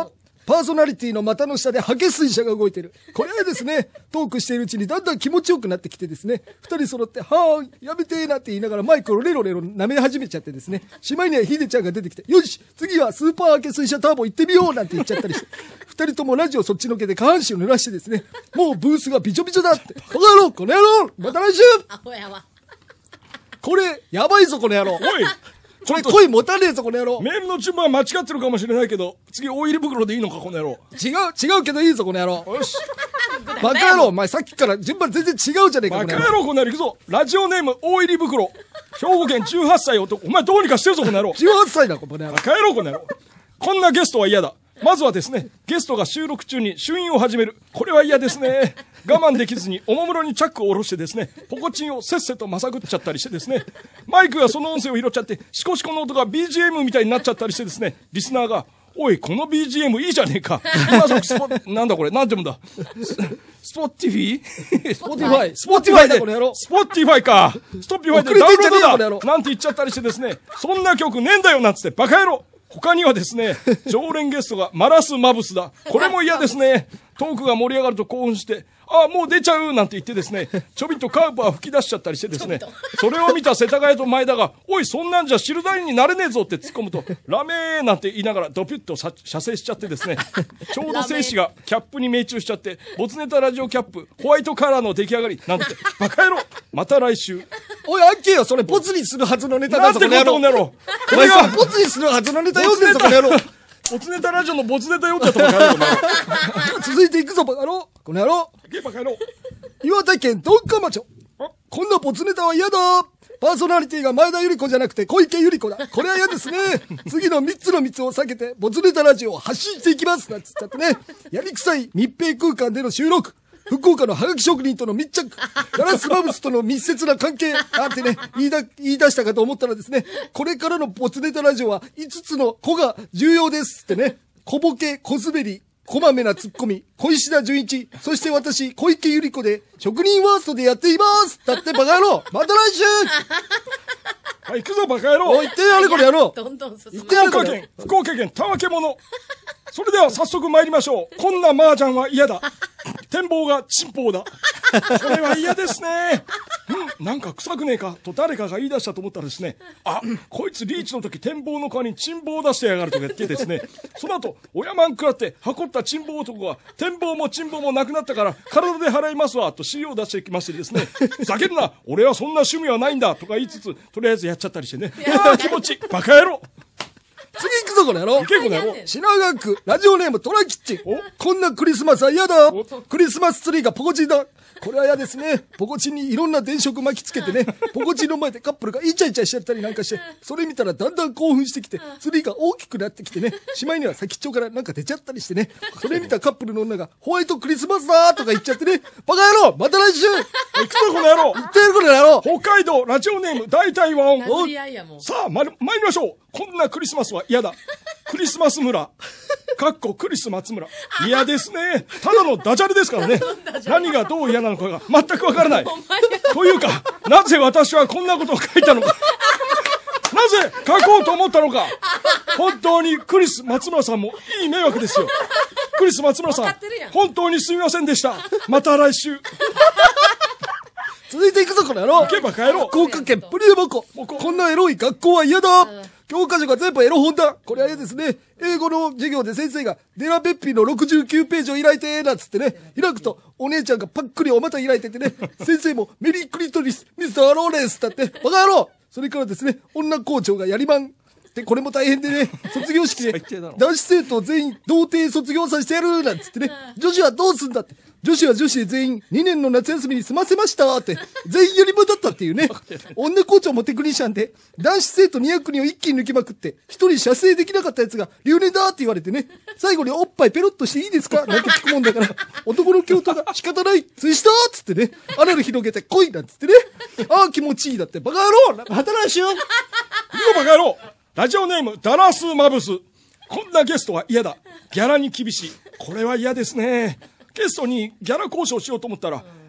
パーソナリティの股の下でハケ水車が動いてる。これはですね、トークしているうちにだんだん気持ちよくなってきてですね、二人揃って、はーい、やめてーなって言いながらマイクをレロレロ舐め始めちゃってですね、しまいにはヒデちゃんが出てきて、よし、次はスーパーハケ水車ターボ行ってみようなんて言っちゃったりして、二人ともラジオそっちのけで下半身を濡らしてですね、もうブースがびちょびちょだって、バカ野郎、この野郎、また来週。 アホやわ。 これ、やばいぞ、この野郎。 おいこれ、声持たねえぞ、この野郎。 メールの順番は間違ってるかもしれないけど、次大入り袋でいいのか、この野郎。 違う、違うけどいいぞ、この野郎。 よし。 バカ野郎、お前さっきから順番全然違うじゃねえか、 バこの野郎。 カ野郎、この野郎行くぞ。ラジオネーム大入り袋。兵庫県じゅうはっさい男。お前どうにかしてるぞ、この野郎。 じゅうはっさいだ、この野郎バ。カ野郎、この野郎。こんなゲストは嫌だ。まずはですね、ゲストが収録中に衆院を始める。これは嫌ですね。我慢できずにおもむろにチャックを下ろしてですね、ポコチンをせっせとまさぐっちゃったりしてですね、マイクがその音声を拾っちゃって、シコシコの音が ビージーエム みたいになっちゃったりしてですね、リスナーが、おい、この ビージーエム いいじゃねえか。今そスポなんだこれ、なんて読むんだ。スポッティフィースポティファイ。 スポッティファイでこの野郎。 スポッティファイか。ストッピファイで遅れダウンロてんじゃねえよこの野ード郎だなんて言っちゃったりしてですね、そんな曲ねえんだよなんつってバカ野郎。他にはですね、常連ゲストがマラスマブスだ。これも嫌ですね。トークが盛り上がると興奮して、ああ、もう出ちゃうなんて言ってですね、ちょびっとカープは吹き出しちゃったりしてですね、それを見た世田谷と前田が、おい、そんなんじゃ汁ダイになれねえぞって突っ込むと、ラメーなんて言いながらドピュッとさ射精しちゃってですね、ちょうど精子がキャップに命中しちゃって、ボツネタラジオキャップ、ホワイトカラーの出来上がり、なんて、バカ野郎、また来週。 おい、アッキーよ、それ、ボツにするはずのネタだぞ、 なんてこの野郎。 ことをねろ。 お前さ、ボツにするはずのネタ読んでんぞ、この野郎。 ボツネタラジオのボツネタ読んじゃったバカ野郎、お前。 続いていくぞ、バカ野郎。この野郎。 ゲバカ野郎。 岩手県ドンカマチョ。こんなボツネタは嫌だ。パーソナリティが前田ゆり子じゃなくて小池百合子だ。これは嫌ですね。次のみっつの密を避けて、ボツネタラジオを発信していきます。なんつっちゃってね。やりくさい密閉空間での収録。福岡のハガキ職人との密着。ガラスマブスとの密接な関係。なんてね、言いだ、言い出したかと思ったらですね、これからのボツネタラジオはいつつの子が重要ですってね。小ボケ、小滑り。こまめなツッコミ、小石田純一、そして私、小池百合子で、職人ワーストでやっていますだってバカ野郎また来週はい、行くぞ、バカ野郎。 おい、言ってやれ、これ野郎どんどん進む言って。やれ、これ福岡県、福岡県、たわけ者。それでは早速参りましょう。こんな麻雀は嫌だ。展望がチンポウだ。これは嫌ですね。うん、なんか臭くねえかと誰かが言い出したと思ったらですね、あ、こいつリーチの時展望の代わりにチンボウを出してやがるとか言ってですね、その後、親マン食らって運ったチンボウ男が、展望もチンボウもなくなったから体で払いますわと シーオー を出してきましてですね、ふざけんな、俺はそんな趣味はないんだとか言いつつ、とりあえずやっちゃったりしてね、ああ気持ちいい、バカ野郎。 次行くぞ、この野郎行けこの野郎。 品川区、ラジオネームトラキッチンお。 こんなクリスマスは嫌だお。 クリスマスツリーがポコチンだ。これは嫌ですね。ポコチンにいろんな電飾巻きつけてね、ポコチンの前でカップルがイチャイチャしちゃったりなんかして、それ見たらだんだん興奮してきて、ツリーが大きくなってきてね、しまいには先っちょからなんか出ちゃったりしてね、それ見たカップルの女が、ホワイトクリスマスだーとか言っちゃってね、バカ野郎また来週行くぞ、この野郎。 言ってやる、この野郎北海道ラジオネーム大体和音。 殴り合いやもん。 さあ、まる、参りましょう。こんなクリスマスは嫌だ。クリスマス村。かっこクリス松村。嫌ですね。ただのダジャレですからね。何がどう嫌なのかが全くわからない。というか、なぜ私はこんなことを書いたのか。なぜ書こうと思ったのか。本当にクリス松村さんもいい迷惑ですよ。クリス松村さん、本当にすみませんでした。また来週。 続いていくぞ、この野郎行けば帰ろう。 福岡県プリエモコ。こんなエロい学校は嫌だ。教科書が全部エロ本だ。これは嫌ですね。英語の授業で先生が、デラベッピーのろくじゅうきゅうページを開いて、なんつってね、開くと、お姉ちゃんがパックリお股開いててね、先生もメリークリトリス、ミスターローレンスだって、バカ野郎それからですね、女校長がやりまん。で、これも大変でね、卒業式で、男子生徒全員童貞卒業させてやるなんつってね、女子はどうすんだって。女子は女子で全員にねんの夏休みに済ませましたって、全員やり場だったっていうね。女校長もテクニシャンで、男子生徒にひゃくにんを一気に抜きまくって、一人射精できなかったやつが留年だって言われてね、最後におっぱいペロッとしていいですかなんて聞くもんだから、男の教頭が仕方ない、ツイスターっつってね、アナル広げて来いなんつってね、ああ気持ちいいだって、バカ野郎また来週行こうバカ野郎。ラジオネームダラスマブス。こんなゲストは嫌だ。ギャラに厳しい。これは嫌ですね。ゲストにギャラ交渉しようと思ったら、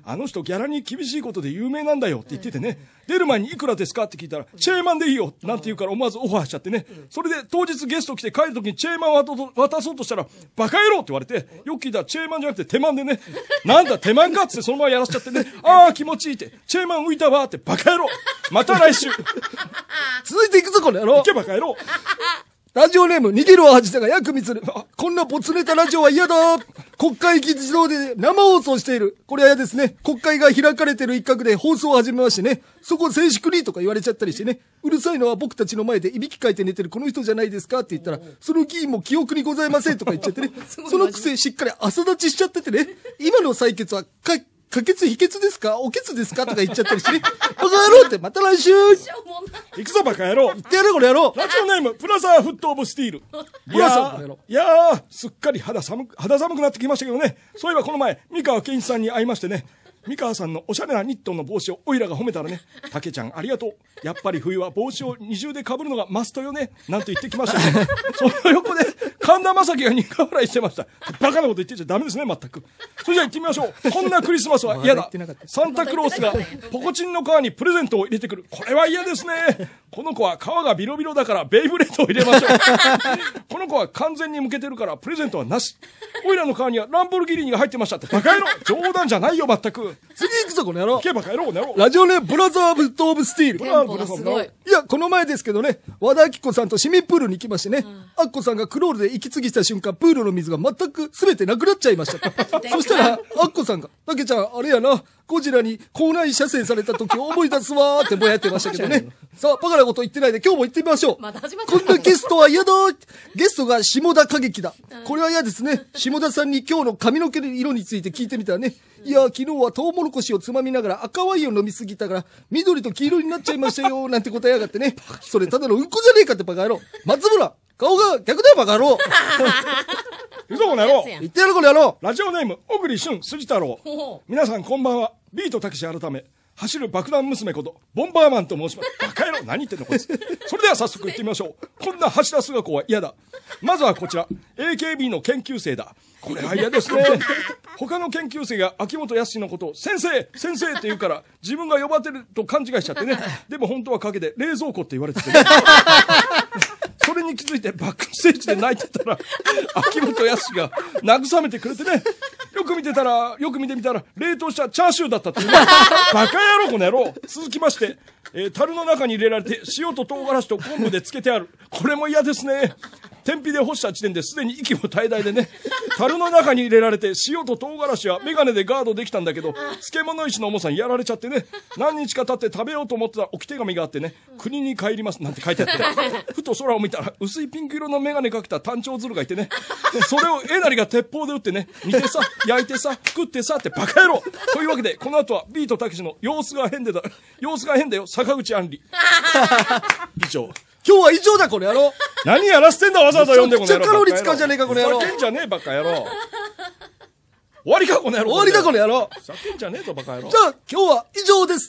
あの人ギャラに厳しいことで有名なんだよって言っててね、出る前にいくらですかって聞いたら、チェーマンでいいよなんて言うから思わずオファーしちゃってね、それで当日ゲスト来て帰るときにチェーマンを渡そうとしたら、バカ野郎って言われて、よく聞いたらチェーマンじゃなくて手マンでね、なんだ手マンかってそのままやらしちゃってね、ああ気持ちいいって、チェーマン浮いたわってバカ野郎、また来週続いていくぞ、この野郎。 行けバカ野郎。 ラジオネーム、逃げるは恥だが、ヤクミツル。こんなボツネタラジオは嫌だ。国会議事堂で生放送している。これは嫌ですね。国会が開かれてる一角で放送を始めましてね。そこ静粛にとか言われちゃったりしてね。うるさいのは僕たちの前でいびきかいて寝てるこの人じゃないですかって言ったら、その議員も記憶にございませんとか言っちゃってね。そのくせしっかり朝立ちしちゃっててね。今の採決はか、可決否決ですかおけつですかとか言っちゃったりしてね。バカ野郎ってまた来週。 行くぞバカ野郎。 言ってやれこれ野郎。 ラジオネーム、プラザーフットオブスティール。 プラザーこの野郎。 いやー、すっかり肌寒く、肌寒くなってきましたけどね。そういえばこの前、三河健一さんに会いましてね。三河さんのおしゃれなニットの帽子をオイラが褒めたらね、竹ちゃんありがとう。やっぱり冬は帽子を二重で被るのがマストよね。なんて言ってきましたけど、その横で神田正輝が苦笑いしてました。バカなこと言ってちゃダメですね、全く。それじゃあ行ってみましょう。こんなクリスマスは嫌だ。サンタクロースがポコチンの皮にプレゼントを入れてくる。これは嫌ですね。この子は皮がビロビロだからベイブレードを入れましょう。この子は完全に向けてるからプレゼントはなし。オイラの皮にはランボルギーニが入ってましたって。バカ野郎。冗談じゃないよ、全く。 次行くぞこの野郎。 行けバカ野郎、この野郎。 ラジオネームブラザーフットオブスティール。 ブラザーフットオブスティール。 いや、この前ですけどね、和田アキ子さんと市民プールに行きましてね、アッコさんがクロールで息継ぎした瞬間、プールの水が全く全てなくなっちゃいました。そしたら、アッコさんが、たけちゃん、あれやな、ゴジラに校内射精された時を思い出すわーってぼやってましたけどね。さあ、バカなこと言ってないで今日も行ってみましょう。 また始まっちゃったこんなゲストは嫌だ。ゲストが下田景樹だ。これは嫌ですね。下田さんに今日の髪の毛の色について聞いてみたらね、いや、昨日はトウモロコシをつまみながら赤ワインを飲みすぎたから緑と黄色になっちゃいましたよなんて答えやがってね。それただのうんこじゃねえかってバカ野郎。松村、顔が逆だよバカ野郎。 行くぞこの野郎。 言ってやるこの野郎。 ラジオネーム小栗旬筋太郎。皆さんこんばんは。ビートたけし改め走る爆弾娘ことボンバーマンと申します。バカ野郎、何言ってんのこいつ。それでは早速行ってみましょう。こんな橋田壽賀子は嫌だ。まずはこちら エーケービー の研究生だ。これは嫌ですね。他の研究生が秋元康のことを先生先生って言うから自分が呼ばれてると勘違いしちゃってね。でも本当は陰で冷蔵庫って言われててね。それに気づいてバックステージで泣いてたら秋元康が慰めてくれてね。よく見てたらよく見てみたら冷凍したチャーシューだったっていう、ね、バカ野郎この野郎。続きまして、えー、樽の中に入れられて塩と唐辛子と昆布でつけてある。これも嫌ですね。天日で干した時点ですでに息も絶え絶えでね。樽の中に入れられて塩と唐辛子はメガネでガードできたんだけど漬物石の重さにやられちゃってね。何日か経って食べようと思ってたら置き手紙があってね、国に帰りますなんて書いてあってふと空を見たら薄いピンク色のメガネかけた単調鶴がいてね、それをえなりが鉄砲で撃ってね、煮てさ焼いてさ食ってさってバカ野郎。というわけでこの後はビートたけしの様子が変でだ様子が変だよ坂口杏里。以上。 今日は以上だこの野郎。 何やらせてんだわざわざ読んでこの野郎。 めちゃくちゃカロリー使うじゃねえかこの野郎。 ふざけんじゃねえバカ野郎。終わりかこの野郎。 終わりだこの野郎。 ふざけんじゃねえぞバカ野郎。 じゃあ今日は以上です。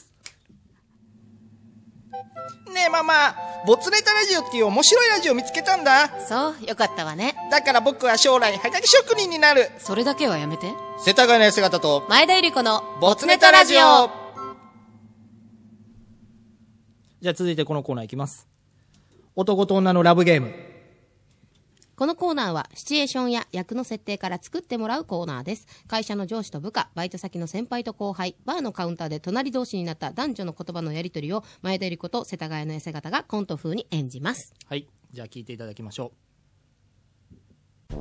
ねえママ、ボツネタラジオっていう面白いラジオ見つけたんだ。 そう、よかったわね。 だから僕は将来はがき職人になる。 それだけはやめて。 世田谷の姿と前田ゆり子のボツネタラジオ。 じゃあ続いてこのコーナーいきます。男と女のラブゲーム。 このコーナーはシチュエーションや役の設定から作ってもらうコーナーです。会社の上司と部下、バイト先の先輩と後輩、バーのカウンターで隣同士になった男女の言葉のやり取りを前田ゆり子と世田谷の痩せ方がコント風に演じます。 はい、じゃあ聞いていただきましょう。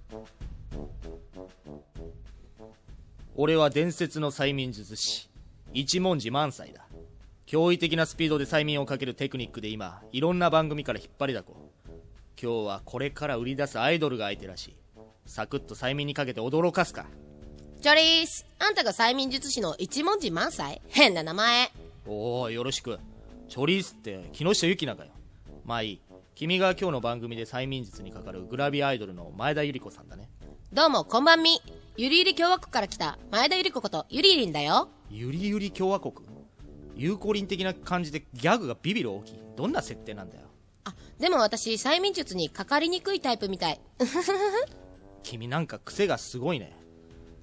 俺は伝説の催眠術師一文字満載だ。驚異的なスピードで催眠をかけるテクニックで今いろんな番組から引っ張りだこ。今日はこれから売り出すアイドルが相手らしい。サクッと催眠にかけて驚かすか。 チョリース、あんたが催眠術師の一文字満載？変な名前。 おお、よろしく。チョリースって木下ゆきなかよ。まあいい。君が今日の番組で催眠術にかかるグラビアアイドルの前田ゆり子さんだね。 どうもこんばんみ。ゆりゆり共和国から来た前田ゆり子ことゆりりんだよ。 ゆりゆり共和国、ゆうこりん的な感じでギャグがビビる大きい。どんな設定なんだよ。 あ、でも私催眠術にかかりにくいタイプみたい。 君なんか癖がすごいね。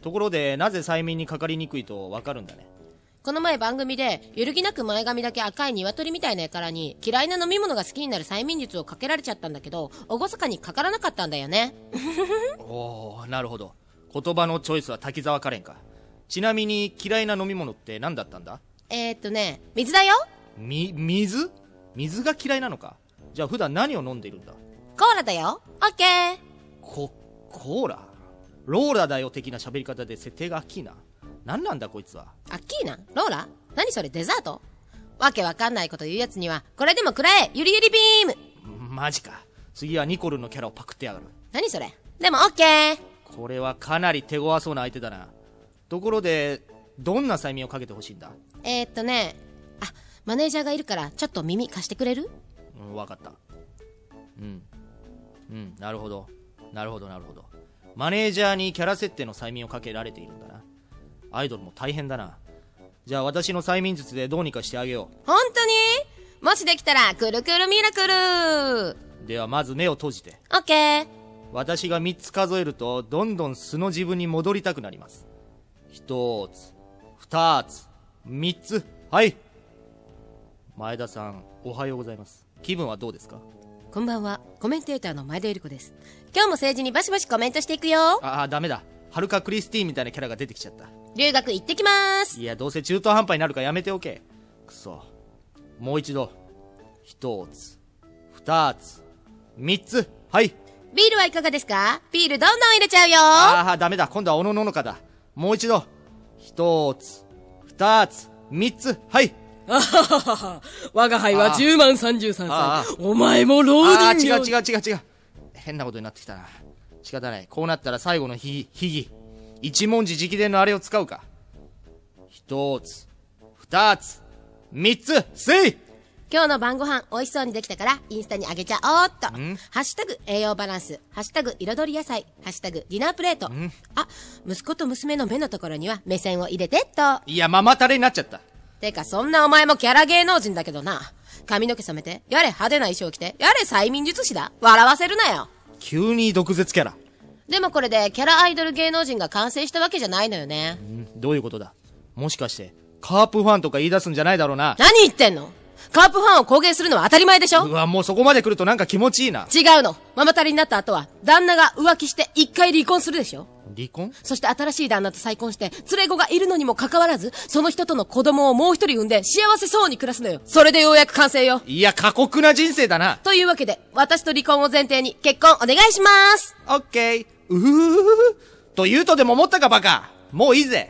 ところでなぜ催眠にかかりにくいとわかるんだね。 この前番組で、揺るぎなく前髪だけ赤い鶏みたいな絵からに、嫌いな飲み物が好きになる催眠術をかけられちゃったんだけど、おごそかにかからなかったんだよね。 おー、なるほど。言葉のチョイスは滝沢カレンか。ちなみに嫌いな飲み物って何だったんだ？ えーっとね、水だよ。 み、水？水が嫌いなのか。じゃあ普段何を飲んでいるんだ？ コーラだよ。オッケー。 こ、コーラ？ローラだよ的な喋り方で設定がアッキーナ。何なんだこいつは。 アッキーナ？ローラ？何それ、デザート？わけわかんないこと言うやつには、これでも食らえ、ゆりゆりビーム。 マジか。次はニコルのキャラをパクってやがる。 何それ。でもオッケー。 これはかなり手強そうな相手だな。ところで、どんな催眠をかけてほしいんだ？ えーっとね、あ、マネージャーがいるからちょっと耳貸してくれる？ うん、わかった。うんうんなるほどなるほどなるほど。マネージャーにキャラ設定の催眠をかけられているんだな。アイドルも大変だな。じゃあ私の催眠術でどうにかしてあげよ本当に？もしできたらくるくるミラクル。 う。ではまず目を閉じて。 オッケー。 私がみっつ数えるとどんどん素の自分に戻りたくなります。ひとつふたつみっつ。はい。前田さんおはようございます。気分はどうですか？ こんばんは、コメンテーターの前田ゆり子です。今日も政治にバシバシコメントしていくよ。 ああダメだ。はるかクリスティーンみたいなキャラが出てきちゃった。 留学行ってきまーす。 いやどうせ中途半端になるからやめておけ。くそ。もう一度。ひとつふたつみっつ。はい。 ビールはいかがですか？ビールどんどん入れちゃうよ。 ああダメだ。今度はおのののかだ。もう一度。ひとつふたつみっつ。はい。 あははは。我が輩はじゅうまんさんじゅうさんああさい。お前も老ああ人形。 違う違う違う違う。変なことになってきたな。仕方ない。こうなったら最後のひ秘技一文字直伝のあれを使うか。ひとつふたつみっつ。せい。 今日の晩ご飯美味しそうにできたからインスタにあげちゃおうっと。 んハッシュタグ栄養バランス、ハッシュタグ彩り野菜、ハッシュタグディナープレート。あ、息子と娘の目のところには目線を入れてっと。 いやママタレになっちゃった。 てかそんなお前もキャラ芸能人だけどな。髪の毛染めて、やれ派手な衣装着て、やれ催眠術師だ。笑わせるなよ。 急に毒舌キャラ。 でもこれでキャラアイドル芸能人が完成したわけじゃないのよね。 んどういうことだ。もしかしてカープファンとか言い出すんじゃないだろうな。 何言ってんの？カープファンを公言するのは当たり前でしょ？ うわもうそこまで来るとなんか気持ちいいな。 違うの。ママタレになった後は旦那が浮気して一回離婚するでしょ？ 離婚？ そして新しい旦那と再婚して連れ子がいるのにもかかわらず、その人との子供をもう一人産んで幸せそうに暮らすのよ。それでようやく完成よ。 いや過酷な人生だな。 というわけで私と離婚を前提に結婚お願いします。 オッケー。うふふふと言うとでも思ったかバカ。もういいぜ。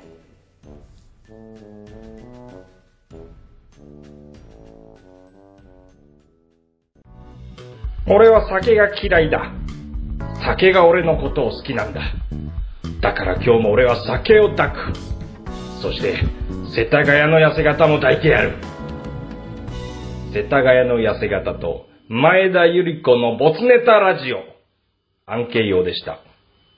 俺は酒が嫌いだ。酒が俺のことを好きなんだ。だから今日も俺は酒を抱く。そして世田谷の痩せ型も抱いてやる。世田谷の痩せ型と前田ゆり子のボツネタラジオ、案件用でした。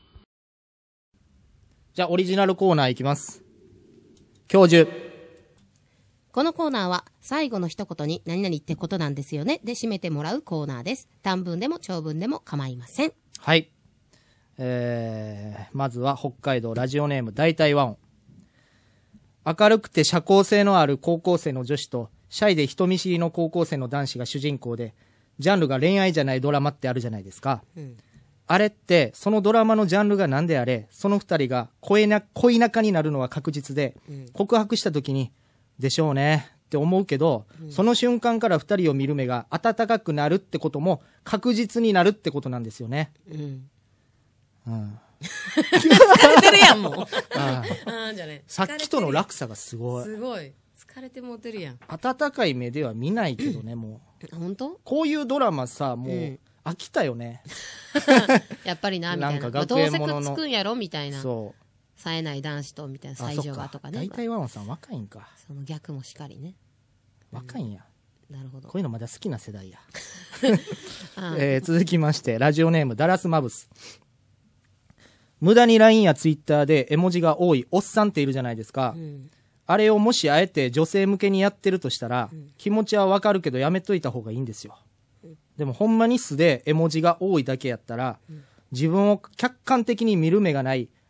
じゃあオリジナルコーナーいきます。教授。 このコーナーは最後の一言に何々ってことなんですよねで締めてもらうコーナーです。短文でも長文でも構いません。 はい。えー、まずは北海道ラジオネーム大体ワン。明るくて社交性のある高校生の女子とシャイで人見知りの高校生の男子が主人公で、ジャンルが恋愛じゃないドラマってあるじゃないですか。うん、あれってそのドラマのジャンルが何であれ、その二人が恋な恋仲になるのは確実で、うん、告白した時にでしょうねって思うけど、うん、その瞬間から二人を見る目が温かくなるってことも確実になるってことなんですよね。うんうん、 疲れてるやんもう。 ああじゃね、 さっきとの落差がすごい。 すごい疲れてもうてるやん。 温かい目では見ないけどね、もう本当こういうドラマさもう、うん、飽きたよね。 やっぱりなみたいな。 なんか学園ものの、 どうせくっつくんやろみたいな。 そう冴えない男子とみたいな最上がとかね。 大体ワンワンさん若いんか。 その逆もしかりね。 若いんや。 うん、なるほど。 こういうのまだ好きな世代や。えー、続きましてラジオネームダラスマブス。無駄に ライン や ツイッター で絵文字が多いおっさんっているじゃないですか。うん、あれをもしあえて女性向けにやってるとしたら、うん、気持ちはわかるけどやめといた方がいいんですよ。うん、でもほんまに素で絵文字が多いだけやったら、うん、自分を客観的に見る目がない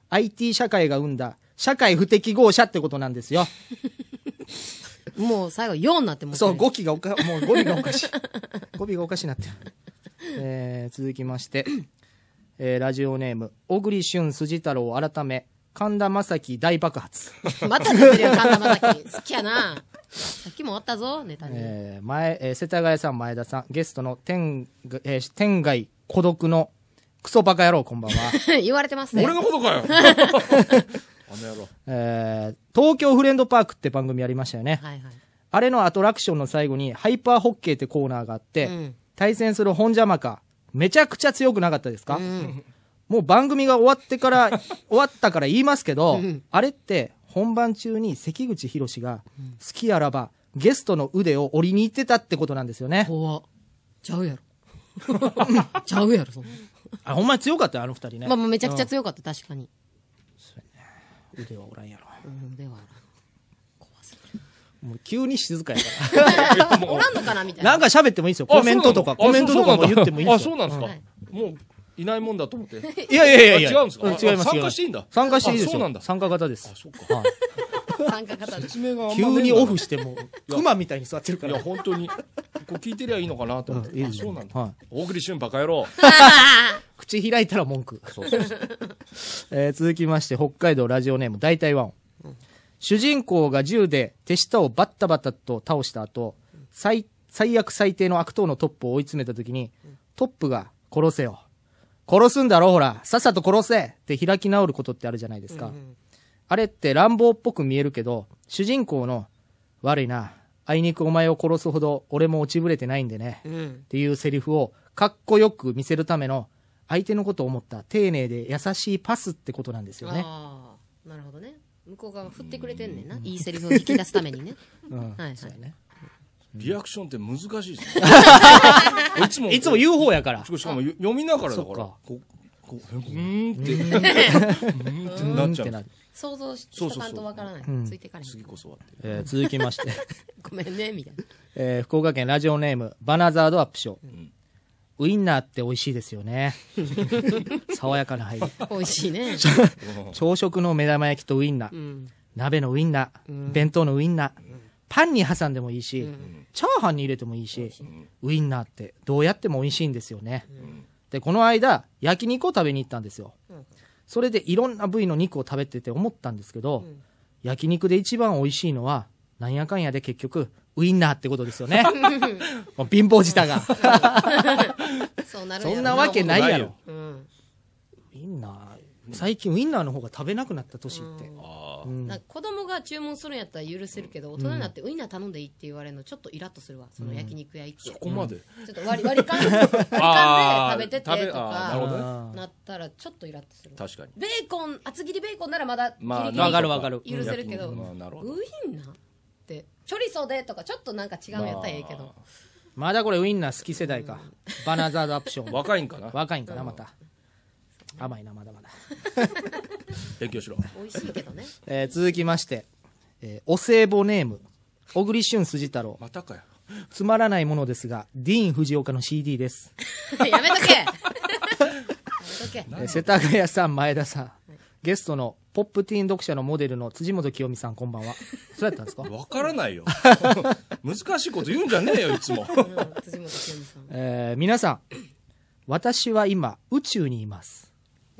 アイティー 社会が生んだ社会不適合者ってことなんですよ。 もう最後よんになってもそう、語気がおか、もう語尾がおかしい。語尾がおかしになってる。えー、続きまして、えー、ラジオネーム、小栗旬筋太郎改め、神田正輝大爆発。 また出てるよ、神田正輝。好きやな。さっきもあったぞ、ネタに。 えー、前、えー、世田谷さん、前田さん、ゲストの天、えー、天外孤独のクソバカ野郎、こんばんは。 言われてますね。 俺のことかよ。あの野郎。 えー、東京フレンドパークって番組ありましたよね。 はいはい。 あれのアトラクションの最後にハイパーホッケーってコーナーがあって、うん、対戦する本邪魔か、めちゃくちゃ強くなかったですか？うん、もう番組が終わってから、終わったから言いますけど、うん、あれって本番中に関口宏が好きあらばゲストの腕を折りに行ってたってことなんですよね。 怖っ。ちゃうやろ。ちゃうやろ、そんな。 あ、ほんまに強かったよ、あの二人ね。 まあ、めちゃくちゃ強かった、うん、確かに。 腕はおらんやろ。 うん、腕はおらん。怖すぎる。 もう急に静かやから。 おらんのかなみたいな。 なんか喋ってもいいですよ。コメントとか、コメントとかも言ってもいいですよ。 あ、そうなんですか。もう、いないもんだと思って。 いやいやいやいや。 違うんですか？ 違います。 参加していいんだ。 参加していいですよ。 そうなんだ。 参加型です。 あ、そうか。 参加型です。 急にオフしても、クマみたいに座ってるから。 いや、本当に、こう聞いてりゃいいのかなと思って。あ、そうなんだ。大栗旬バカ野郎。 口開いたら文句。えー、続きまして、北海道ラジオネーム大体ワン。うん、主人公が銃で手下をバッタバタと倒した後、最、最悪最低の悪党のトップを追い詰めた時に、トップが殺せよ。殺すんだろほら、さっさと殺せって開き直ることってあるじゃないですか。うんうん、あれって乱暴っぽく見えるけど、主人公の悪いな、あいにくお前を殺すほど俺も落ちぶれてないんでね、うん、っていうセリフをかっこよく見せるための相手のことを思った丁寧で優しいパスってことなんですよね。 ああ、なるほどね。向こう側振ってくれてんねんな。いいセリフを引き出すためにね。うん、はいはい。そうやね。 リアクションって難しいですね。 いつも、いつも言う方やから。 しかも読みながらだから。こう、こう、うーんって、うーんってなっちゃう。 想像しとかんとわからない。ついてかれへん。 次こそはって。 えー、続きまして。 ごめんね、みたいな。 えー、福岡県ラジオネーム、バナザードアップショー。うんウインナーって美味しいですよね。爽やかな入り。 美味しいね。 朝食の目玉焼きとウインナー、うん、鍋のウインナー、うん、弁当のウインナー、うん、パンに挟んでもいいし、うん、チャーハンに入れてもいいし、うん、ウインナーってどうやっても美味しいんですよね。うん、で、この間、焼肉を食べに行ったんですよ。うん、それでいろんな部位の肉を食べてて思ったんですけど、うん、焼肉で一番美味しいのは、なんやかんやで結局、ウインナーってことですよね。貧乏舌が。 そうなるそんなわけないやろ。うん、ウインナー、最近ウインナーの方が食べなくなった年って。うんうん、なんか子供が注文するんやったら許せるけど、大人になってウインナー頼んでいいって言われるのちょっとイラッとするわ。その焼肉屋行って。 そこまで。 ちょっと割り、割り勘、割り勘で食べててとか、なったらちょっとイラッとする。 確かに。 ベーコン、厚切りベーコンならまだ、 まあ、わかるわかる。 許せるけど、ウインナーってチョリソでとかちょっとなんか違うんやったらええけど、 まだこれウインナー好き世代か、うん、バナザードアップション若いんかな若いんかなまた甘いなまだまだ勉強しろ。 美味しいけどね、 えー、続きまして、えー、お歳暮ネーム小栗旬筋太郎。 またかよ。 つまらないものですがディーン・藤岡の シーディー ですやめとけやめとけ世田谷さん前田さん、ゲストのポップティーン読者のモデルの辻本清美さん、こんばんは。そうやったんですか？ わからないよ。難しいこと言うんじゃねえよ、いつも。うん、辻本清美さん。えー、皆さん、私は今、宇宙にいます。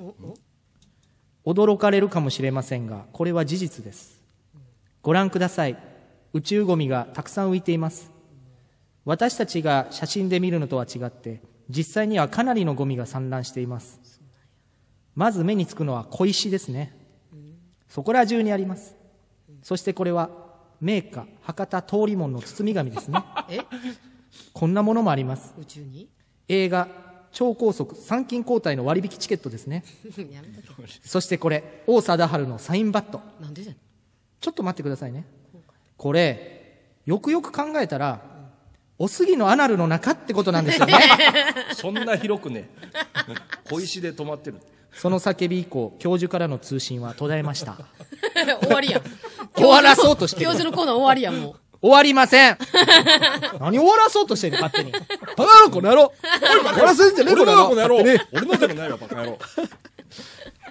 驚かれるかもしれませんが、これは事実です。ご覧ください。宇宙ゴミがたくさん浮いています。私たちが写真で見るのとは違って、実際にはかなりのゴミが散乱しています。まず目につくのは小石ですね。そこら中にあります。そしてこれは名家博多通り門の包み紙ですね。え？こんなものもあります。 宇宙に？ 映画超高速参勤交代の割引チケットですね。やめとけ。そしてこれ王貞治のサインバット。 なんでじゃん。 ちょっと待ってくださいね。これよくよく考えたら、うん、お杉のアナルの中ってことなんですよね。 そんな広くね。小石で止まってる。 その叫び以降、教授からの通信は途絶えました。 終わりやん。 終わらそうとしてる。 教授のコーナー終わりやん、もう。 終わりません。何終わらそうとしてるの、勝手に。 バカ野郎、この野郎。終わらせんじゃねえ、この野郎。 俺のでもないわ、バカ野郎。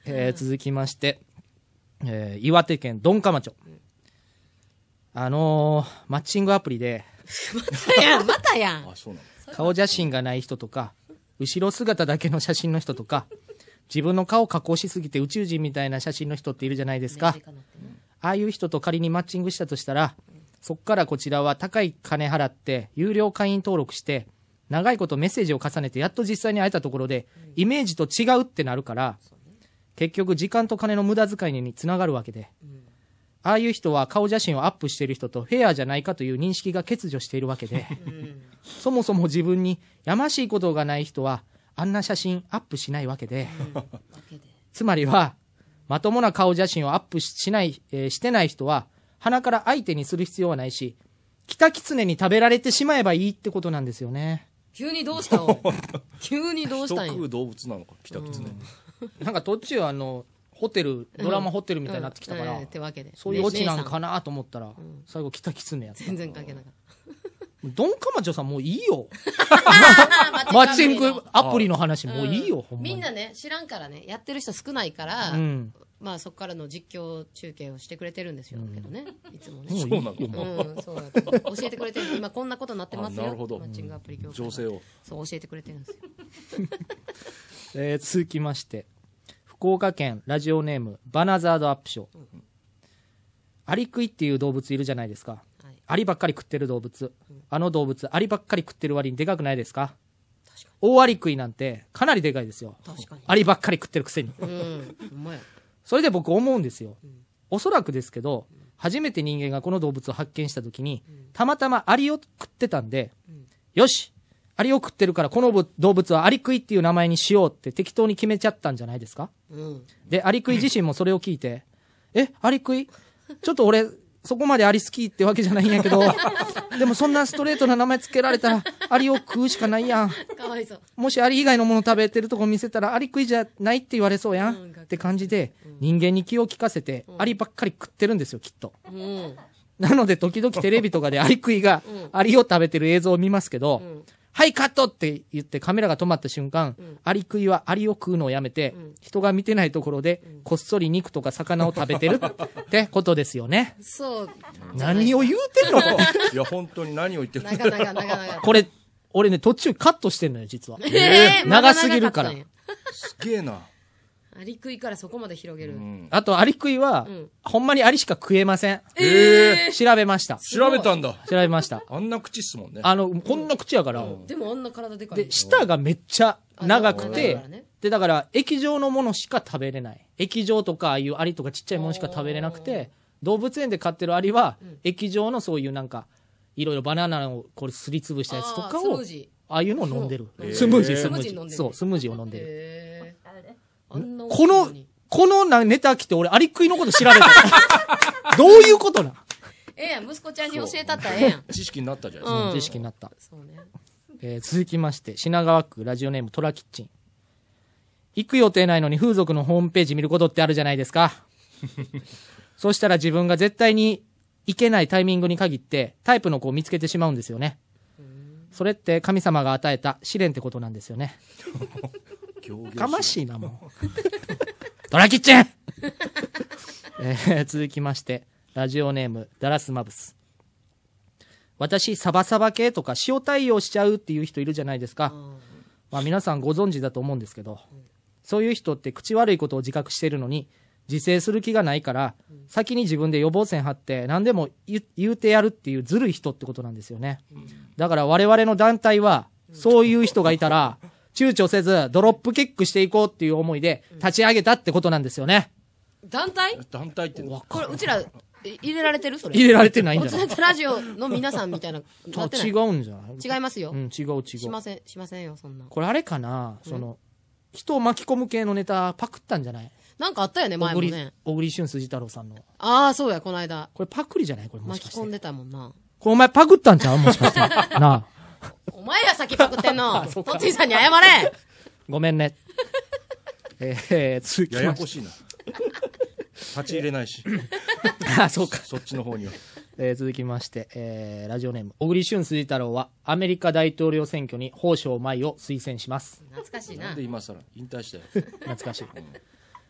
えー続きまして、えー岩手県鈍化町。あのー、マッチングアプリで、 またやん、またやん。 あ、そうなの。 顔写真がない人とか、後ろ姿だけの写真の人とか、自分の顔加工しすぎて宇宙人みたいな写真の人っているじゃないですか。ああいう人と仮にマッチングしたとしたら、そっからこちらは高い金払って有料会員登録して長いことメッセージを重ねてやっと実際に会えたところでイメージと違うってなるから、結局時間と金の無駄遣いにつながるわけで、ああいう人は顔写真をアップしている人とフェアじゃないかという認識が欠如しているわけで、そもそも自分にやましいことがない人はあんな写真アップしないわけで、つまりはまともな顔写真をアップしない、えーしてない人は鼻から相手にする必要はないし、キタキツネに食べられてしまえばいいってことなんですよね。 急にどうしたの急にどうしたんや。 人食う動物なのか、キタキツネ。 なんか途中あのホテルドラマホテルみたいになってきたから、 うんうんってわけでそういうオチなんかななと思ったら、最後キタキツネやった。 全然関係なかっドンカマチョさんもういいよ。 たマッチングアプリの話もういいよ、ほんまに。 みんなね知らんからね、やってる人少ないから、 うんまあそこからの実況中継をしてくれてるんですよ、けどね、いつもね。 もういいそうなの。 うん、そうだと教えてくれてる、今こんなことになってますよ。 あなるほどマッチングアプリ業界情勢を。 そう教えてくれてるんですよ。 えー続きまして福岡県ラジオネームバナザードアップショー、アリクイっていう動物いるじゃないですか、 はい、 アリばっかり食ってる動物、あの動物アリばっかり食ってる割にでかくないですか。大アリクイなんてかなりでかいですよ。 確かに。 アリばっかり食ってるくせに。 うん、ほんまや。 それで僕思うんですよ、おそらくですけど初めて人間がこの動物を発見した時にたまたまアリを食ってたんで、よしアリを食ってるからこの動物はアリクイっていう名前にしようって適当に決めちゃったんじゃないですか。 うん、 でアリクイ自身もそれを聞いてえアリクイちょっと俺そこまでアリ好きってわけじゃないんやけどでもそんなストレートな名前つけられたらアリを食うしかないやん。 かわいそう。 もしアリ以外のもの食べてるとこ見せたらアリクイじゃないって言われそうやん、 うんって感じで人間に気を利かせてアリばっかり食ってるんですよきっと。 うん、 なので時々テレビとかでアリクイがアリを食べてる映像を見ますけど、 うん、 はいカットって言ってカメラが止まった瞬間、 うん、 アリクイはアリを食うのをやめて、 うん、 人が見てないところでこっそり肉とか魚を食べてるってことですよね。 そう。 何を言うてんのいや、本当に何を言ってるなかなかなかなか。 これ俺ね途中カットしてんのよ実は。 えー、 長すぎるからまだ長かったんや。 すげえな。 アリクイからそこまで広げる。 うんあとアリクイは、 うんほんまにアリしか食えません。 ええ調べました調べたんだ。 調べました。 あんな口っすもんね。 あのこんな口やから、 でもあんな体でかい。 で舌がめっちゃ長くあ長いてからねでだから液状のものしか食べれない。液状とかああいうアリとかちっちゃいものしか食べれなくて、動物園で飼ってるアリは、液状のそういうなんかいろいろバナナをこれすりつぶしたやつとかあースムをージああいうのを飲んでる、 ースムージーススムージムージー飲んでるーそうスムージーを飲んでる。 へーあんな大きいこのにこのなネタ来て俺アリクイのこと調べたどういうことなん、 ええやん、息子ちゃんに教えたったらええやん。 知識になったじゃないですか。 うん知識になった。 そうね。 えー続きまして品川区ラジオネームトラキッチン。行く予定ないのに風俗のホームページ見ることってあるじゃないですかそしたら自分が絶対に行けないタイミングに限ってタイプの子を見つけてしまうんですよね。それって神様が与えた試練ってことなんですよね。かましいなもうトラキッチン、えー続きましてラジオネームダラスマブス。私サバサバ系とか塩対応しちゃうっていう人いるじゃないですか。まあ皆さんご存知だと思うんですけど、そういう人って口悪いことを自覚しているのに自制する気がないから先に自分で予防線張って何でも言言うてやるっていうずるい人ってことなんですよね。だから我々の団体はそういう人がいたら躊躇せずドロップキックしていこうっていう思いで立ち上げたってことなんですよね。 団体団体って。 これ、うちら、い入れられてるそれ。 入れられてないんじゃないおつねてラジオの皆さんみたいな。なってない違うんじゃない。 違いますよう。ん違う違うしません、しませんよ、そんな。 これあれかな、その人を巻き込む系のネタパクったんじゃない。 なんかあったよね、前小栗もね。 小栗旬筋太郎さんのああ、そうや、この間。 これパクリじゃないこれもしかして巻き込んでたもんな。 これお前パクったんちゃうもしかしてなあお前や先パクってんの。 そうかトッツィさんに謝れ。 ごめんねえー、続きましてややこしいな。立ち入れないし。 あそうか、 そっちの方には。 えー続きまして、えーラジオネーム小栗旬筋太郎はアメリカ大統領選挙に宝生舞を推薦します。 懐かしいななんで。今更引退したよ。 懐かしい、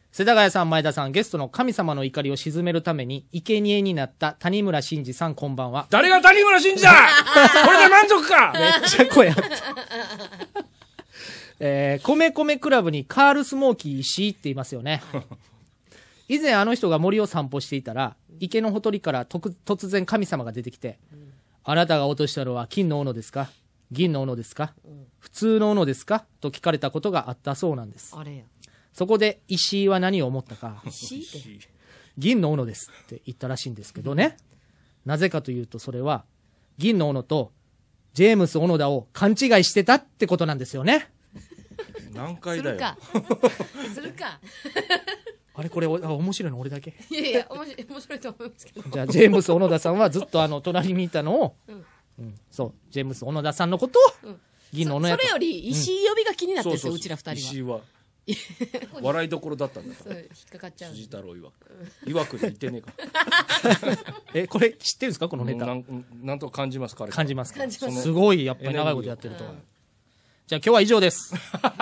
世田谷さん、前田さん、ゲストの神様の怒りを鎮めるために生贄になった谷村新司さん、こんばんは。 誰が谷村新司だこれで満足かめっちゃ声あった。えー、米米クラブにカールスモーキー石井って言いますよね。以前あの人が森を散歩していたら、池のほとりからとく突然神様が出てきて、うん、あなたが落としたのは金の斧ですか、銀の斧ですか、うん、普通の斧ですかと聞かれたことがあったそうなんです。 あれや。 そこで石井は何を思ったか、 石井って銀の斧ですって言ったらしいんですけどね。なぜかというと、それは銀の斧とジェームス・小野田を勘違いしてたってことなんですよね。 何回だよ。 するか。するか。 あれこれおあ面白いの俺だけ。 いやいや面白い、面白いと思いますけど。 じゃあジェームス小野田さんはずっとあの隣にいたのを、うんうん、そうジェームス小野田さんのことを、うん、銀の斧やと。 それより石井呼びが気になってるんですよ、 うん、 うちら二人は。 石井は笑いどころだったんだから。 そう引っかかっちゃう。 辻太郎曰く。曰くで言ってねえか。えこれ知ってるんですかこのネタ。 なん、なんとか感じますか。 感じますか。 感じます。 すごいやっぱり長いことやってると。じゃあ今日は以上です。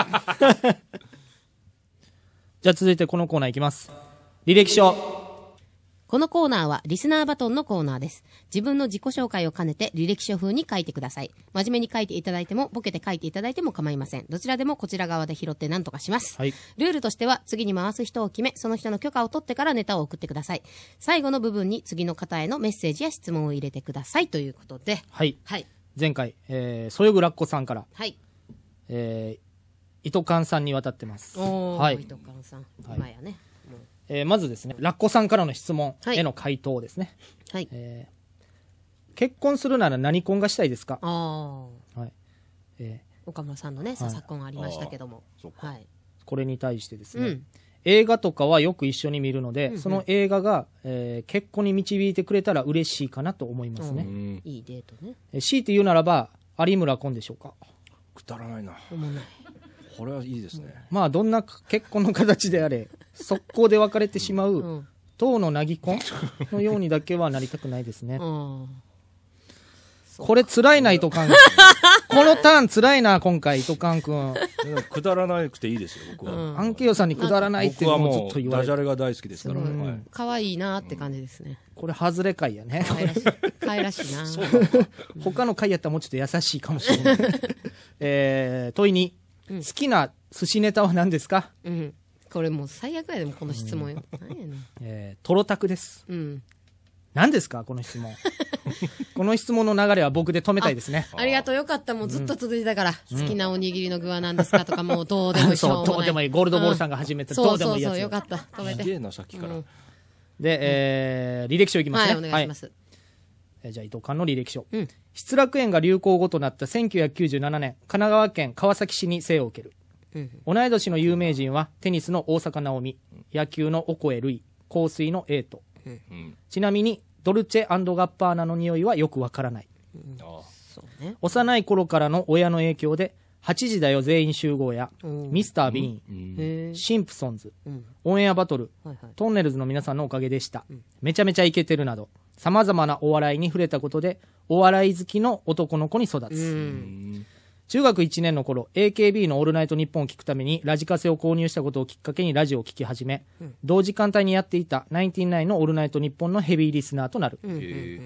じゃあ続いてこのコーナーいきます。履歴書。 このコーナーはリスナーバトンのコーナーです。自分の自己紹介を兼ねて履歴書風に書いてください。真面目に書いていただいてもボケて書いていただいても構いません。どちらでもこちら側で拾って何とかします、 はい、 ルールとしては次に回す人を決め、その人の許可を取ってからネタを送ってください。最後の部分に次の方へのメッセージや質問を入れてくださいということで、 はい、 はい、 前回、えー、そよぐらっこさんから、 はい、 えー、糸勘さんに渡ってます。 おー、 はい、 糸勘さん、今やね、 えー、まずですね、ラッコさんからの質問への回答ですね。 はい。 えー、結婚するなら何婚がしたいですか。 ああ。 はい。えー、岡村さんのね、ささ婚ありましたけども。 はい。これに対してですね、 うん、 映画とかはよく一緒に見るので、うんうん、その映画が、えー、結婚に導いてくれたら嬉しいかなと思いますね。うん、 いいデートね。 えー、強いて言うならば、有村婚でしょうか。 くだらないな。 思わない。 これはいいですね。 まあどんな結婚の形であれ速攻で別れてしまう、うん、当のなぎ婚のようにだけはなりたくないですね。うん、これ辛いな糸勘このターン辛いな今回糸勘くん。 くだらなくていいですよ僕は。うん、 アンケイヨさんにくだらないっていうのもずっと言われる。 ダジャレが大好きですから。 可愛、はい、いなって感じですね。 これ外れ回やね。 可愛らしいな。 他の回やったらもうちょっと優しいかもしれない。えー、問いに。うん、好きな寿司ネタは何ですか。 うん、これもう最悪やでもこの質問よ。 うん、何やねん。えー、トロタクです。 うん。 何ですかこの質問。この質問の流れは僕で止めたいですね。 あ, ありがとうよかったもうずっと続いてたから、うん、好きなおにぎりの具は何ですかとかもうどうでもいい。 そうどうでもいいゴールドボールさんが始めた、うん、どうでもいいやつ。 そうそうそうよかった止めて。 すげえなさっきから。うん、 で、えー、履歴書いきますね。 はいお願いします。はいえー、じゃあ伊藤官の履歴書。 うん、 失楽園が流行語となったせんきゅうひゃくきゅうじゅうななねん神奈川県川崎市に生を受ける。うん、同い年の有名人はテニスの大坂なおみ、野球のオコエルイ、香水のエイト、うん、ちなみにドルチェ&ガッパーナの匂いはよくわからない、うん、そうね、幼い頃からの親の影響ではちじだよ全員集合や、うん、ミスター・ビーン、うん、シンプソンズ、うん、オンエアバトル、はいはい、トンネルズの皆さんのおかげでした、うん、めちゃめちゃイケてるなどさまざまなお笑いに触れたことでお笑い好きの男の子に育つ、うん中学いちねんの頃 エーケービー のオールナイトニッポンを聞くためにラジカセを購入したことをきっかけにラジオを聞き始め、うん、同時間帯にやっていたナインティナインのオールナイトニッポンのヘビーリスナーとなる、うんうんうん、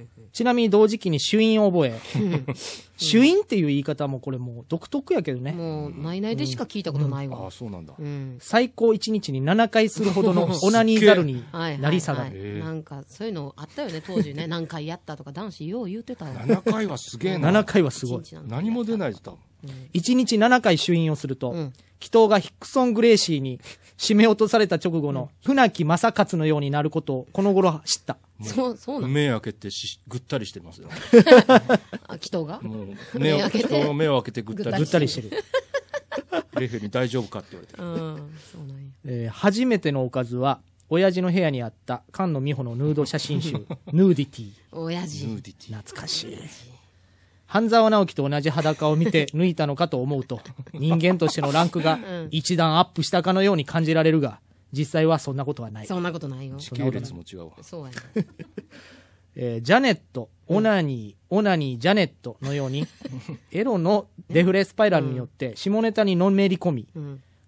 ちなみに同時期に主音を覚え主音っていう言い方もこれもう独特やけどね、 もうナイナイでしか聞いたことないわ、 うんうん、あそうなんだ、 うん、 最高いちにちにななかいするほどのオナニーザルになり下がる、 はいはいはい、なんかそういうのあったよね当時ね何回やったとか男子よう言うてたわななかいはすげえなななかいはすごい何も出ないです多分いちにちななかい主音をすると、うん、祈祷がヒクソン・グレーシーに締め落とされた直後の船木正勝のようになることをこの頃知った。 そうそうなの。 目開けてしぐったりしてますよ。 あ祈祷がもう目を開けて目を開けてぐったりぐったりしてる。 レフェリー大丈夫かって言われてる。 うんそうなんや、 えー、初めてのおかずは親父の部屋にあった菅野美穂のヌード写真集ヌーディティ。 親父ヌーディティ懐かしい。半沢直樹と同じ裸を見て抜いたのかと思うと人間としてのランクが一段アップしたかのように感じられるが実際はそんなことはない。 そんなことないよ。 時系列も違うわ。 そうやね、 えー、ジャネットオナニー、うん、オナニージャネットのようにエロのデフレスパイラルによって下ネタにのめり込み、うん、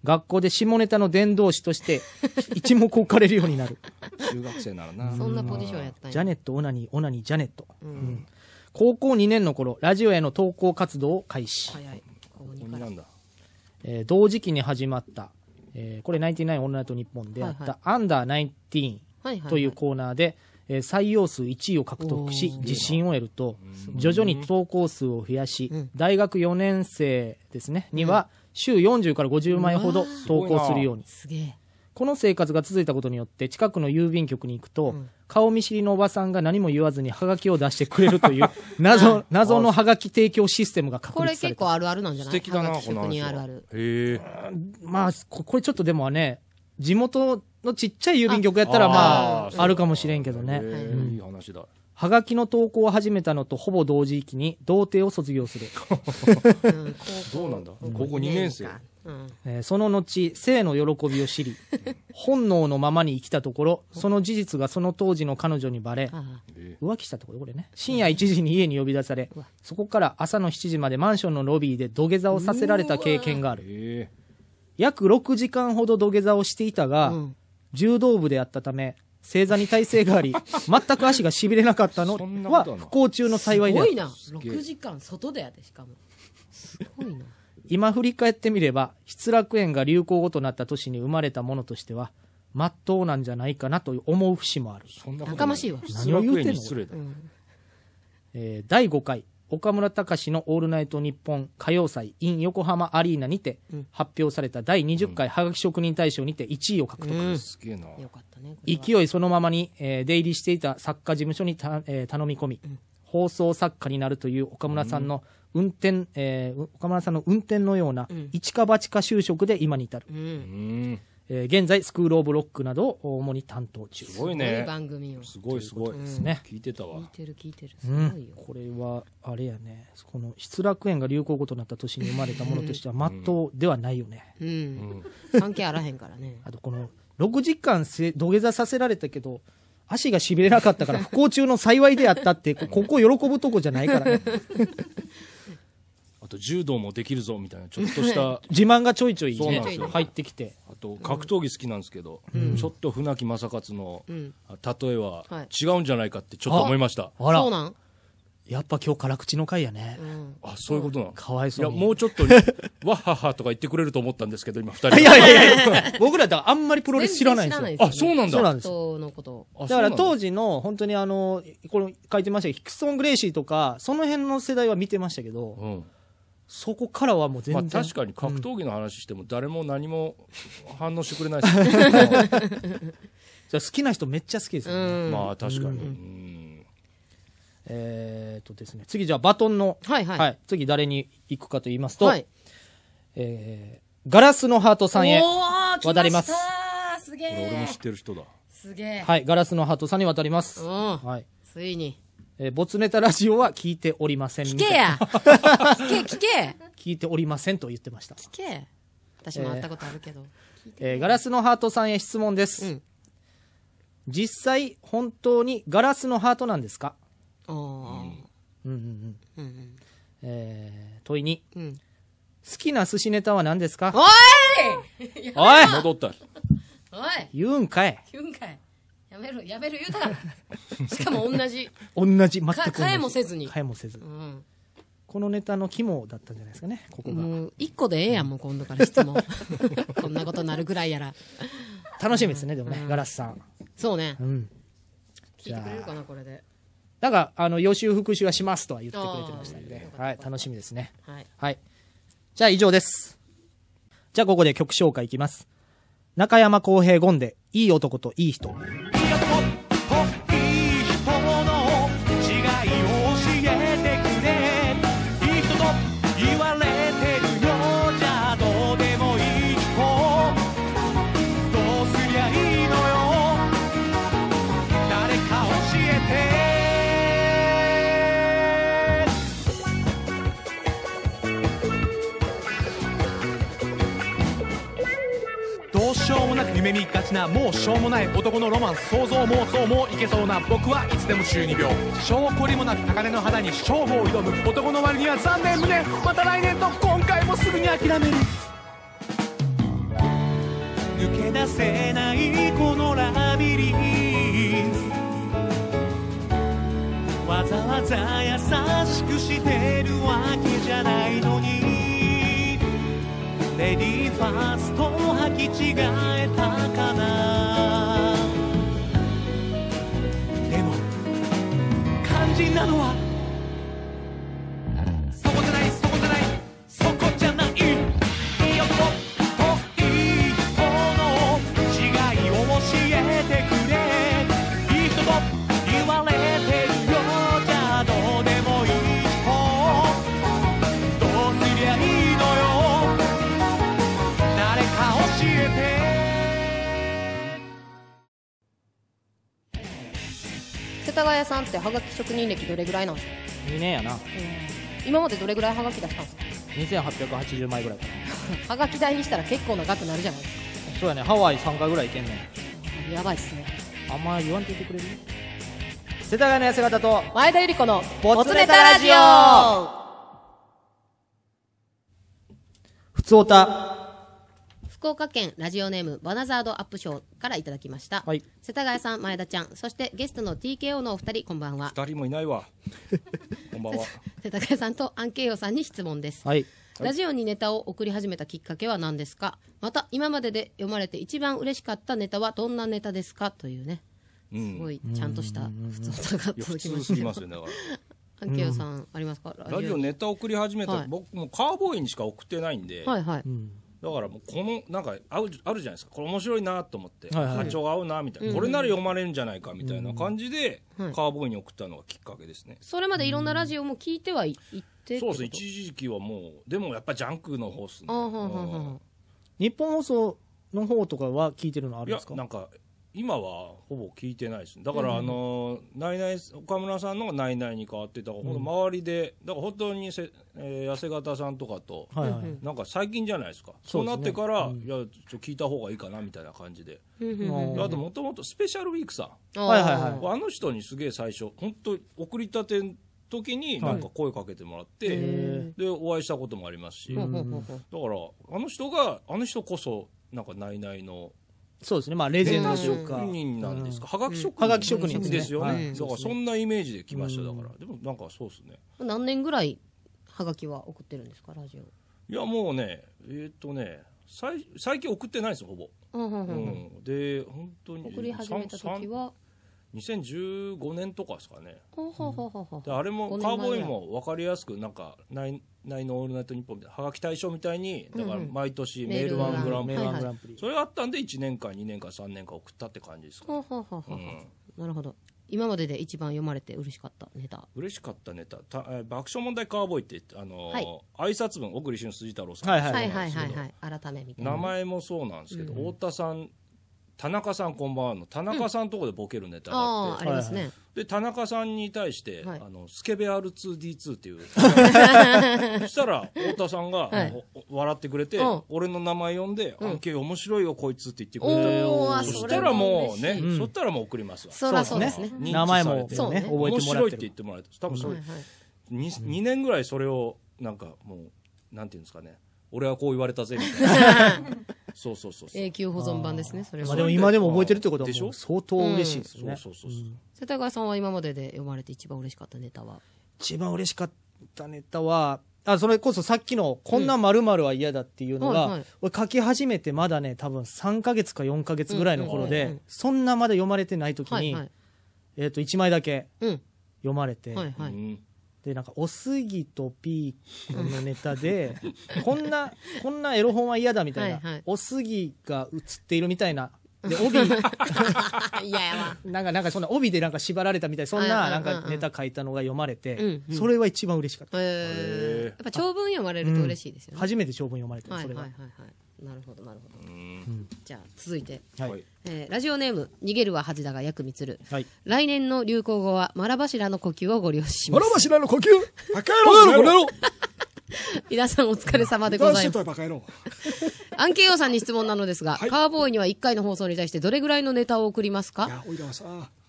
学校で下ネタの伝道師として一目置かれるようになる。 中学生ならな。 そんなポジションやったんや。 ジャネット、オナニー、オナニー、ジャネット。うん高校にねんの頃、ラジオへの投稿活動を開始。 早い。高こにからこになんだ。 えー同時期に始まった、えーこれナインティナインオールナイトニッポンであっはいた、アンダーナインティーンはいはいはいというコーナーで、えー採用数いちいを獲得しおー自信を得ると徐々に投稿数を増やし、 うん大学よねん生ですねには週よんじゅうからごじゅうまいほど投稿するように。 すげえ。 この生活が続いたことによって近くの郵便局に行くと、 うん顔見知りのおばさんが何も言わずにハガキを出してくれるという謎謎のハガキ提供システムが確これ立された。 結構あるあるなんじゃない？ 素敵だな、 はがき職この話は。 人あるある。 へえ。 まあここれちょっとでもね地元のちっちゃい郵便局やったらまああーあるかもしれんけどね。 へえいい話だ。 はがきの投稿を始めたのとほぼ同時期に童貞を卒業する、 うん高校どうなんだ高校にねん生。 うんえーその後性の喜びを知り本能のままに生きたところその事実がその当時の彼女にバレああ浮気したってことこれね深夜いちじに家に呼び出されそこから朝のしちじまでマンションのロビーで土下座をさせられた経験があるへえ。 約ろくじかんほど土下座をしていたが、 うん柔道部であったため正座に体勢があり全く足がしびれなかったのそんなことあんのは不幸中の幸いであるすごいな。ろくじかん外でやで、しかも。すごいな。 今振り返ってみれば失楽園が流行語となった年に生まれたものとしては真っ当なんじゃないかなと思う節もある、 そんなことやかましいわ失楽園に失礼だ。 えーだいごかい岡村隆史の「オールナイトニッポン歌謡祭 in 横浜アリーナ」にて発表されただいにじゅっかいはがき職人大賞にていちいを獲得、 うんすげえな。 よかったね。これは勢いそのままに、えー出入りしていた作家事務所にた、えー頼み込み、放送作家になるという岡村さんの運転、えー岡村さんの運転のような一か八か就職で今に至る、 うん。 うん。 えー現在スクールオブロックなどを主に担当中すごいすごいね。 番組を。 すごいすごい。 ですね、 聞いてたわ聞い。てる聞いてる。すうんごいよ。 これはあれやねこの失楽園が流行語となった年に生まれたものとしては真っ当ではないよね、 うん。関係あらへんからね。 あとこのろくじかんせ土下座させられたけど足がしびれなかったから不幸中の幸いであったってこここ喜ぶとこじゃないからねあと柔道もできるぞみたいなちょっとした自慢がちょいちょい、ねそうなんですよ、 入ってきてあと格闘技好きなんですけど、ちょっと船木正勝のん例えははい違うんじゃないかってちょっと思いました。 あらそうなんやっぱ今日辛口の回やね、 うん。 あ、そういうことなの。いや、 かわいそうにもうちょっと、わっはっはとか言ってくれると思ったんですけど、今二人。 いやいやいや僕らだからあんまりプロレス知らないんですよ全然知らないあ、そうなんだ。 そうなんです人のこと。 あだから当時、 時の本当にあのこれ書いてましたけどヒクソン・グレイシーとかその辺の世代は見てましたけど、 うん。 そこからはもう全まあ然、 確かに格闘技の話しても誰も何も反応してくれないですよね。 じゃあ好きな人めっちゃ好きですよね、 うん。 まあ確かに。うんえーっとですね次じゃあバトンの、 はいはい次誰に行くかと言いますと、 はい。 えーガラスのハートさんへおー、来渡りますましたすげこれ俺もえ知っ。てる人だ。 すげえ。 はいガラスのハートさんに渡ります、 うん。 はいついに。 えー、ボツネタラジオは聞いておりません聞けや聞け聞け聞いておりませんと言ってました、 聞け私も会ったことあるけど。 えーガラスのハートさんへ質問です、 うん実際本当にガラスのハートなんですか、 ああ。 うんうんうんうんうん。 えー問いにうん。 好きな寿司ネタは何ですかおいおい戻った。 おい言うんかい言うんかいやめろ、やめろ言うたら。しかも同じ。 同じ全く同じか変えもせずに変えもせずうん。 このネタの肝だったんじゃないですかねここが、 もう、一個でええやん、もう今度から質問。こんなことなるぐらいやら。 楽しみですねでもね、ガラスさんそうねう。ん聞いてくれるかな、これで。 だからあの予習復習はしますとは言ってくれてましたんであーはい楽しみですねはい。 はいじゃあ以上ですじゃあここで曲紹介いきます中山公平ゴンでいい男といい人どうしようもなく夢見がちなもうしょうもない男のロマンス想像妄想もいけそうな僕はいつでも中二病証拠りもなく高嶺の花に勝負を挑む男の割には残念無念また来年と今回もすぐに諦める抜け出せないこのラビリンスわざわざ優しくしてるわけじゃないのにレディーファーストを履き違えたかなでも肝心なのはそこじゃないそこじゃないそこじゃないいい男といい人の違いを教えてくれいい人と言われてるよじゃあどうでもいい人どうすりゃいいのよ誰か教えて世田谷さんってはがき職人歴どれぐらいなんですか？ にねんやな。 今までどれぐらいはがき出したんですか？ にせんはっぴゃくはちじゅうまいぐらいかな。 はがき代にしたら結構な額になるじゃないですか。 そうやね、ハワイさんかいぐらい行けんねん。 やばいっすね。 あんま言わんといてくれる？世田谷の痩せ方と、 前田ゆり子のボボツネタラジオ。 ふつおた。 福岡県ラジオネームバナザードアップショーからいただきました、 はい、 世田谷さん、前田ちゃん、そしてゲストの ティーケーオー のお二人、こんばんは。 二人もいないわこんばんは世田谷さんとアンケイヨさんに質問です、 はい、 ラジオにネタを送り始めたきっかけは何ですか？また今までで読まれて一番嬉しかったネタはどんなネタですか？というね、すごいちゃんとした普通歌がいや普届きま通すぎますよねだからアンケイヨさんありますか？ ラジオネタ送り始めたら、 はい僕もカーボーイにしか送ってないんで、 はいはい、 うんだからもうこのなんかあるあるじゃないですか、これ面白いなと思って、 はいはい波長が合うなみたいな、 うんこれなら読まれるんじゃないかみたいな感じで、 うんカーボーイに送ったのがきっかけですね。 それまでいろんなラジオも聞いてはいってってそうことです一時期はもうでもやっぱジャンクの方っすね。 あーはんはんはんはうんん日本放送の方とかは聞いてるのあるんいやですか？ なんか今はほぼ聞いてないですね。だから、あのナイナイ岡村さんのがナイナイに変わってたから、ほんと周りでだから本当にせ、えー、痩せ型さんとかと、 はいはい、 なんか最近じゃないですか。 そそううですねなってから、 うんいやちょっと聞いた方がいいかなみたいな感じで。 うんうんうんうんあともともとスペシャルウィークさん、 はいはいはいあの人にすげえ最初本当送りたての時になんか声かけてもらって、 へでお会いしたこともありますし、 ほうだかほうほうほうらあの人があの人こそなんかナイナイのそうですね、まあレジェンドネタというか、 職人なんですか、はがき職人、 はがき職人ですねですよね、 はいだからそんなイメージで来ました。だからでもなんかそうですね、 何年ぐらいはがきは送ってるんですか、ラジオ？ いやもうねえーっとね最最近送ってないですよほぼ、 うんうんううんうんん、で本当に送り始めた時はにせんじゅうごねんとかですかね。 ほうほうほうほうほうであれもごねんカーまえぐらいボーイも分かりやすくなんかナイナイのオールナイトニッポンみたいなはがき大賞みたいにだから毎年メールワングランプリ、 メールワングランプリ、 それがあったんでいちねんかんにねんかんさんねんかん送ったって感じですかほうね。 ほうほうほう、 うんなるほど。今までで一番読まれて嬉しかったネタ。 嬉しかったネタたえー爆笑問題カーボーイってあのーはい挨拶文小栗旬辻太郎さん、 はいはいはいはいはいはい。改めみたいな。 名前もそうなんですけど、 うん太田さん田中さんこんばんはの田中さんのとこでボケるネタがあああ、 って、 ありますね。 で田中さんに対して、 はいあのスケベ アールツーディーツー っていうそしたら太田さんが、 はいお笑ってくれて、 うん俺の名前呼んで「 うんアンケー面白いよこいつ」って言ってくれて、 おー、 そしたらもうね、 うんそしたらもう送りますわ。 そらそうですね。 認知名前も、ね、 されてそうね覚えてもら面白いってってる言ってもらえて多分それ、 はいはいに, にねんぐらいそれをなんかもうなんていうんですかね、俺はこう言われたぜみたいなそうそうそうそう、 永久保存版ですね、それは。 まあでも今でも覚えてるってことはでしょもう相当嬉しいですよね、 そうそうそうそう、 世田谷さんは今までで読まれて一番嬉しかったネタは？ 一番嬉しかったネタはあそれこそさっきのこんな〇〇は嫌だっていうのが、 はいはい俺書き始めてまだね多分さんかげつかよんかげつぐらいの頃で、 うんうんうんそんなまだ読まれてない時に、 はいはい。 えっ、といちまいだけうん。 読まれて、 はいはい。 うんでなんかおすぎとピーコのネタでこんなこんなエロ本は嫌だみたいな、 はいはいおすぎが映っているみたいなで帯いややわ。 なんかなんかそんな帯でなんか縛られたみたいなそんななんうんうんうんうんかネタ書いたのが読まれて、 うんうんそれは一番嬉しかった、 えーへーやっぱ長文読まれると嬉しいですよね。 初めて長文読まれてるそれが、 はいはいはいはい。なるほどなるほど。 うんじゃあ続いて、 はいはいえーラジオネーム逃げるは恥だが薬みつる。 はい来年の流行語はマラ柱の呼吸をご了承しまバラす。 柱の呼吸ババカ野郎この野郎皆さんお疲れ様でございます。 バカ野郎アンケイヨさんに質問なのですが、 はいカーボーイにはいっかいの放送に対してどれぐらいのネタを送りますか？ いやおいらはさ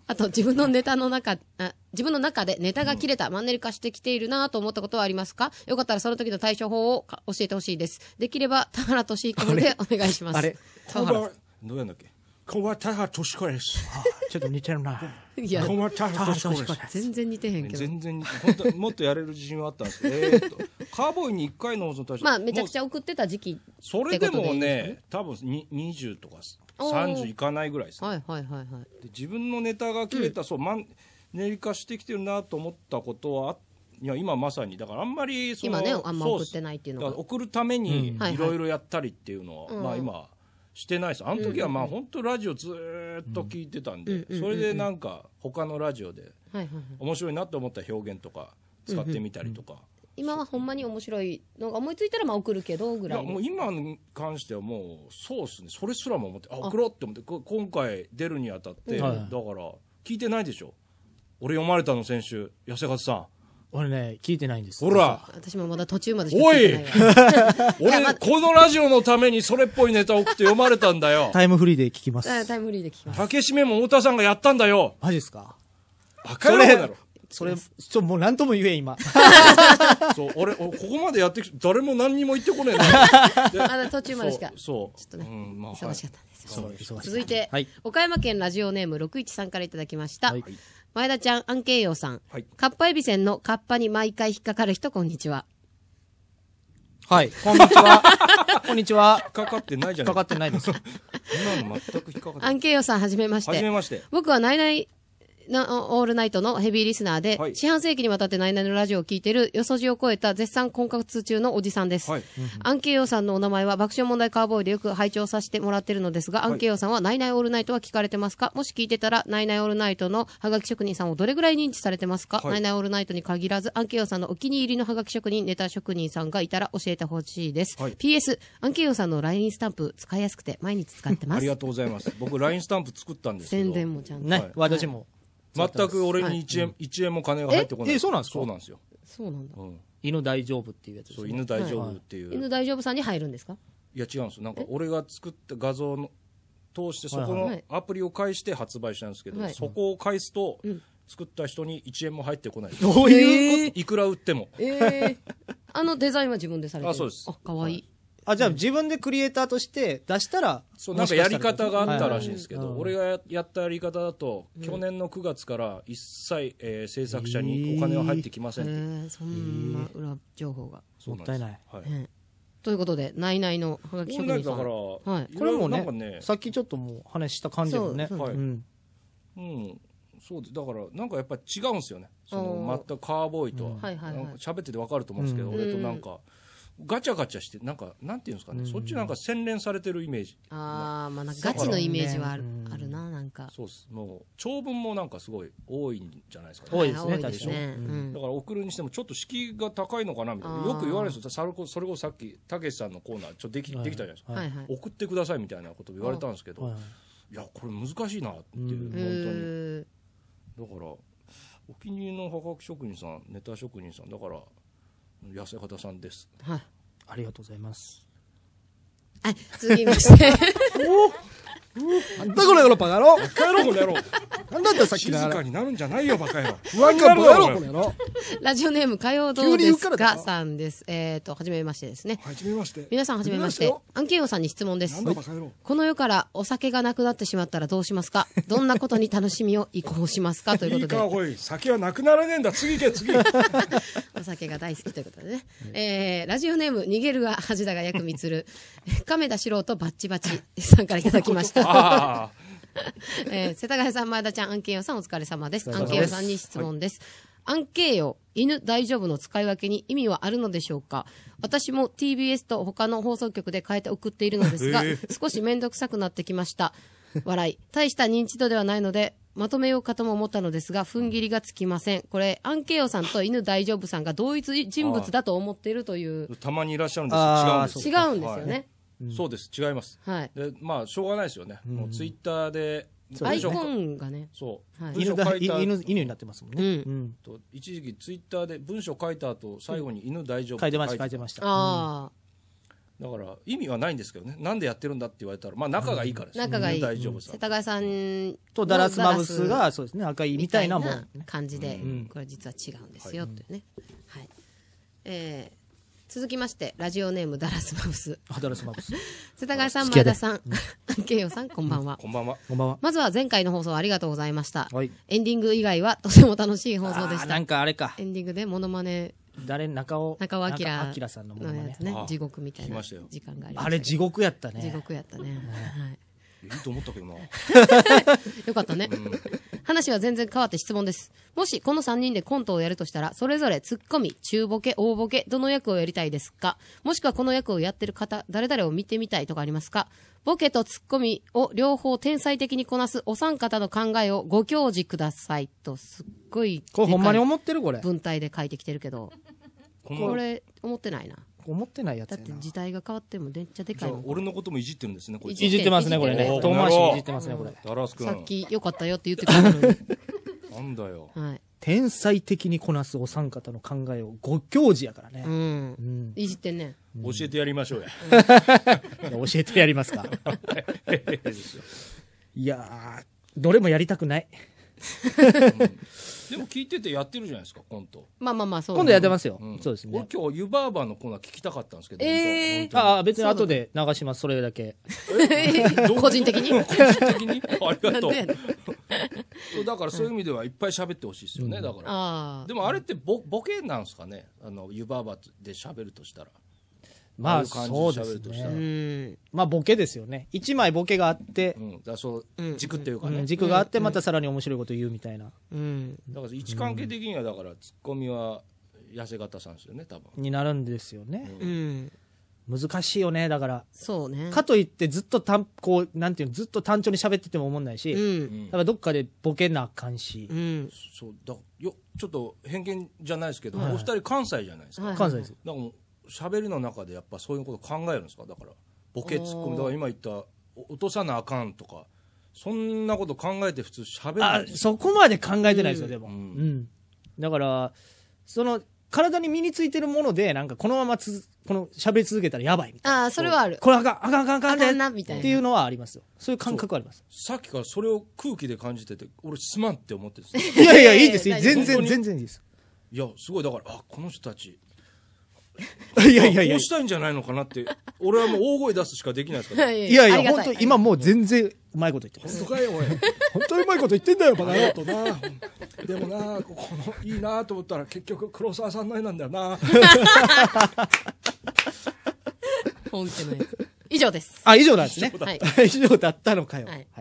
あと自分のネタの中、あ自分の中でネタが切れた、マンネリ化してきているなと思ったことはありますか？よかったらその時の対処法をか教えてほしいです。できれば田原俊彦でお願いします。 あれこんばんは。どうやんだっけ。こんばんは、田原俊彦です。 ちょっと似てるな。 いやこんばんは、田原俊彦です。 全然似てへんけど。 全然本当にもっとやれる自信はあったんですけど、えーっとカーボーイにいっかいの放送対象。 まあめちゃくちゃ送ってた時期。 それでもね、多分ににじゅうとかさんじゅういかないぐらいです、ね。 はいはいはいはい。 で自分のネタが切れた、うん、そうマンネリ化してきてるなと思ったことは、いや今まさにだからあんまりその今ねあんま送ってないっていうのが送るためにいろいろやったりっていうのは、うん、まあ今してないです。あの時はまあ本当ラジオずーっと聞いてたんで、それでなんか他のラジオで面白いなと思った表現とか使ってみたりとか。 今はほんまに面白いのが思いついたらまあ送るけどぐらい。 いやもう今に関してはもうそうですね。それすらも思ってあ送ろうって思ってこ今回出るにあたって、だから聞いてないでしょ。俺読まれたの先週痩せ方さん。 俺ね聞いてないんです。 ほら私もまだ途中までしか聞いてないわ。 おい俺このラジオのためにそれっぽいネタ送って読まれたんだよ。 タイムフリーで聞きます。 タイムフリーで聞きます。 竹締めも太田さんがやったんだよ。 マジですか。 バカ野郎だろ。 それちょもう何とも言え今。 そう俺ここまでやってきて誰も何にも言ってこねえな。 まだ途中までしか。 そうちょっとね、うんまあ、忙しかったんですよ。 そう忙しい。 続いて、 はい、 岡山県ラジオネームろくいちさんからいただきました。はい、前田ちゃん、アンケイヨウさん、はい、カッパエビセンのカッパに毎回引っかかる人、こんにちは。 はい、こんにちは。こんにちは。 引っかかってないじゃない。 引っかかってないです。 今の全く引っかかってない。 アンケイヨウさん、はじめまして。 はじめまして。 僕はナイナイのオールナイトのヘビーリスナーで、はい、四半世紀にわたってナイナイのラジオを聞いているよそじを超えた絶賛婚活中のおじさんです。はい、アンケイヨウさんのお名前は爆笑問題カーボーイでよく拝聴させてもらってるのですが、はい、アンケイヨウさんはナイナイオールナイトは聞かれてますか？もし聞いてたら、ナイナイオールナイトのハガキ職人さんをどれぐらい認知されてますか？はい、ナイナイオールナイトに限らず、アンケイヨウさんのお気に入りのハガキ職人、ネタ職人さんがいたら教えてほしいです。はい、ピーエス、アンケイヨウさんの ライン スタンプ使いやすくて毎日使ってます。 ありがとうございます。僕 ライン スタンプ作ったんですけど。 宣伝もちゃんと。 ね、はい、私も。 全く俺にいちえん、はい、いちえんも金が入ってこない。 え、えそうなんですか？ そうなんですよ。 そうなんだ。うん、 犬大丈夫っていうやつですね。 そう、犬大丈夫っていう。 はい、犬大丈夫さんに入るんですか？ いや違うんですよ。なんか俺が作った画像の通してそこのアプリを介して発売したんですけど、はい、そこを返すと、うん、作った人にいちえんも入ってこない。 どういうこと？ いくら売っても。 えー、あのデザインは自分でされてる？ あ、そうです。 あ、かわいい。はいあ、じゃあ自分でクリエイターとして出したら、 そうなんかやり方があったらしいんですけど、俺がやったやり方だと、去年のくがつから一切、えー、制作者にお金は入ってきませんって、えー、そんな裏情報がもったいない、 はいえー、ということでナイナイのハガキ職人さんだから、 はい、 これも ね, ねさっきちょっともう話した感じだよね。 はい、うん、うん、そうでだからなんかやっぱり違うんですよね。その全くカーボーイとは、うん、はいはいはい、喋ってて分かると思うんですけど、うん、俺となんかガチャガチャしてなんかなんていうんですかね、うん、そっちなんか洗練されてるイメージ。 ああ、まあなんかガチのイメージはある、ね、あるななんか。 そうです。もう長文もなんかすごい多いんじゃないですか、 ね。多いですね、 確かに、ね、 うん、だから送るにしてもちょっと敷居が高いのかなみたいなよく言われるんですよ。それこそさっきたけしさんのコーナーちょっとでき、はい、できたじゃないですか、はいはい、送ってくださいみたいなこと言われたんですけど、はい、いやこれ難しいなっていう、うん、本当に。だからお気に入りのハガキ職人さん、ネタ職人さんだから痩せ方さんです。 はい、ありがとうございます。 はい、続きましてなんだこれこのバカ野郎。 バカ野郎この野郎。 なんだったさっきの静かになるんじゃないよバカ野郎。 不安がバカ野郎この野郎。 ラジオネーム火曜どうですかさんです。えっと初めましてですね。 初めまして。 皆さん初めまして。アンケイヨウさんに質問です。 なんだバカ野郎。 この世からお酒がなくなってしまったらどうしますか？どんなことに楽しみを移行しますかということで。 いいかおい、酒はなくならねえんだ。次行け次。 お酒が大好きということでね。えー、ラジオネーム逃げるが恥だが薬味つる亀田素人バッチバチさんからいただきました。えー、世田谷さん、前田ちゃん、アンケイヨウさんお疲れ様です。アンケイヨウさんに質問です。はい、アンケイヨウ、犬大丈夫の使い分けに意味はあるのでしょうか？私も ティービーエス と他の放送局で変えて送っているのですが、えー、少しめんどくさくなってきました。笑い。大した認知度ではないので、まとめようかとも思ったのですが、踏ん切りがつきません。これ、アンケイヨウさんと犬大丈夫さんが同一人物だと思っているという。 たまにいらっしゃるんですよ。違うんです。 違うんですよね。はいうん、そうです、違います、はい、でまあしょうがないですよね、うん、もうツイッターでアイコンがねそう、 はい、犬, だ 犬, 犬になってますもんね、うんうん、と一時期ツイッターで文章書いた後最後に犬大丈夫書いてました書いてました、 あだから意味はないんですけどね。なんでやってるんだって言われたら、まあ仲がいいからですよ、 仲がいい。 大丈夫さ。 世田谷さんとダラスマブスが、そうですね、赤いみたいなもん。 感じで、 うんこれ実は違うんですよ、というね。はい。えー続きまして、ラジオネームダラスマブス。 あ、ダラスマブス。 世田谷さん、 好きやで前田さん、慶陽さん、こんばんは。 こんばんは。 こんばんは。 まずは前回の放送ありがとうございました。 はい。 エンディング以外はとても楽しい放送でした。 あーなんかあれかエ。ンディングでモノマネ誰、中尾。 中尾明中尾明さんのものまねのやつ。ねあ、 地獄みたいな聞きましたよ時間がありました。 あれ地獄やったね。 地獄やったね。はいいいと思ったけどな。 よかったね。話は全然変わって質問です。もしこのさんにんでコントをやるとしたら、それぞれツッコミ、中ボケ、大ボケ、どの役をやりたいですか？もしくはこの役をやってる方、誰々を見てみたいとかありますか？ボケとツッコミを両方天才的にこなすお三方の考えをご教示くださいと、すっごいこれほんまに思ってるこれ。 文体で書いてきてるけど、 ここれ思ってないな。 思ってないやつだってやな。 時代が変わってもめっちゃでじゃあかいもん。 俺のこともいじってるんですね、こいつ。 いじってますね、これねお。ー遠回しにいじってますね、これ。 ダラス君。 さっき良かったよって言ってくれたのに。 なんだよ。 はい。 天才的にこなすお三方の考えをご教示やからねう。ん。 うん。 いじってんね。 教えてやりましょうや。 教えてやりますか。いやー、どれもやりたくない。 でも聞いててやってるじゃないですか、コント。 まあまあまあ、そう。 今度やってますようん。 そうですね。 俺今日湯婆婆のコーナー聞きたかったんですけど。 えー本当にああ、別に後で流します、それだけ。 個人的に個人的にありがとうなんでやねん。 そうだからそういう意味ではいっぱい喋ってほしいですよね、だから。 ああ。 でもあれってボボケなんですかね、あの湯婆婆で喋るとしたら。 まあ、 ああいう感じでそうです喋るとしたらうね。 ん。 まあ、ボケですよね。一枚ボケがあってう、ん、だからそううん軸っていうかね、 うん軸があって、またさらに面白いこと言うみたいな、 うん。 だから位置関係的にはだからツッコミは痩せ型さんですよね、多分。 になるんですよね。 うん。 難しいよね、だから。 そうね。 かといってずっと単、こう、なんていうの、ずっと単調に喋ってても思んないし、 うだん。 からどっかでボケなあかんしう、ん。 そうだよちょっと偏見じゃないですけど、 はいお二人関西じゃないですか、 はい関西です。 だからもう喋りの中でやっぱそういうこと考えるんですか、だからボケツッコミだから今言ったお落とさなあかんとかそんなこと考えて普通喋らなあいですよ。 そこまで考えてないですよ、でも、 ううんんだからその体に身についてるものでなんかこのままつこの喋り続けたらやばいみたいな、 ああ、それはある。 これあかんあかんあかんあかんであかんなみたいなっていうのはありますよ、そういう感覚はあります。 さっきからそれを空気で感じてて俺すまんって思ってるんですよいやいやいいです、いい大全然丈夫本当に全然いいです。 いやすごいだからあこの人たちいやいやいやこうしたいんじゃないのかなって俺はもう大声出すしかできないですから、 いやいやありがた本当今もう全然うまいこと言ってます。 本当かよおい本当にうまいこと言ってんだよ、バカ野郎とな。でもな、このいいなと思ったら結局黒沢さんの絵なんだよな。 本家のやつ。以上です。 あ、以上なんですね。 はい。 以上だったのかよ。 ははいい。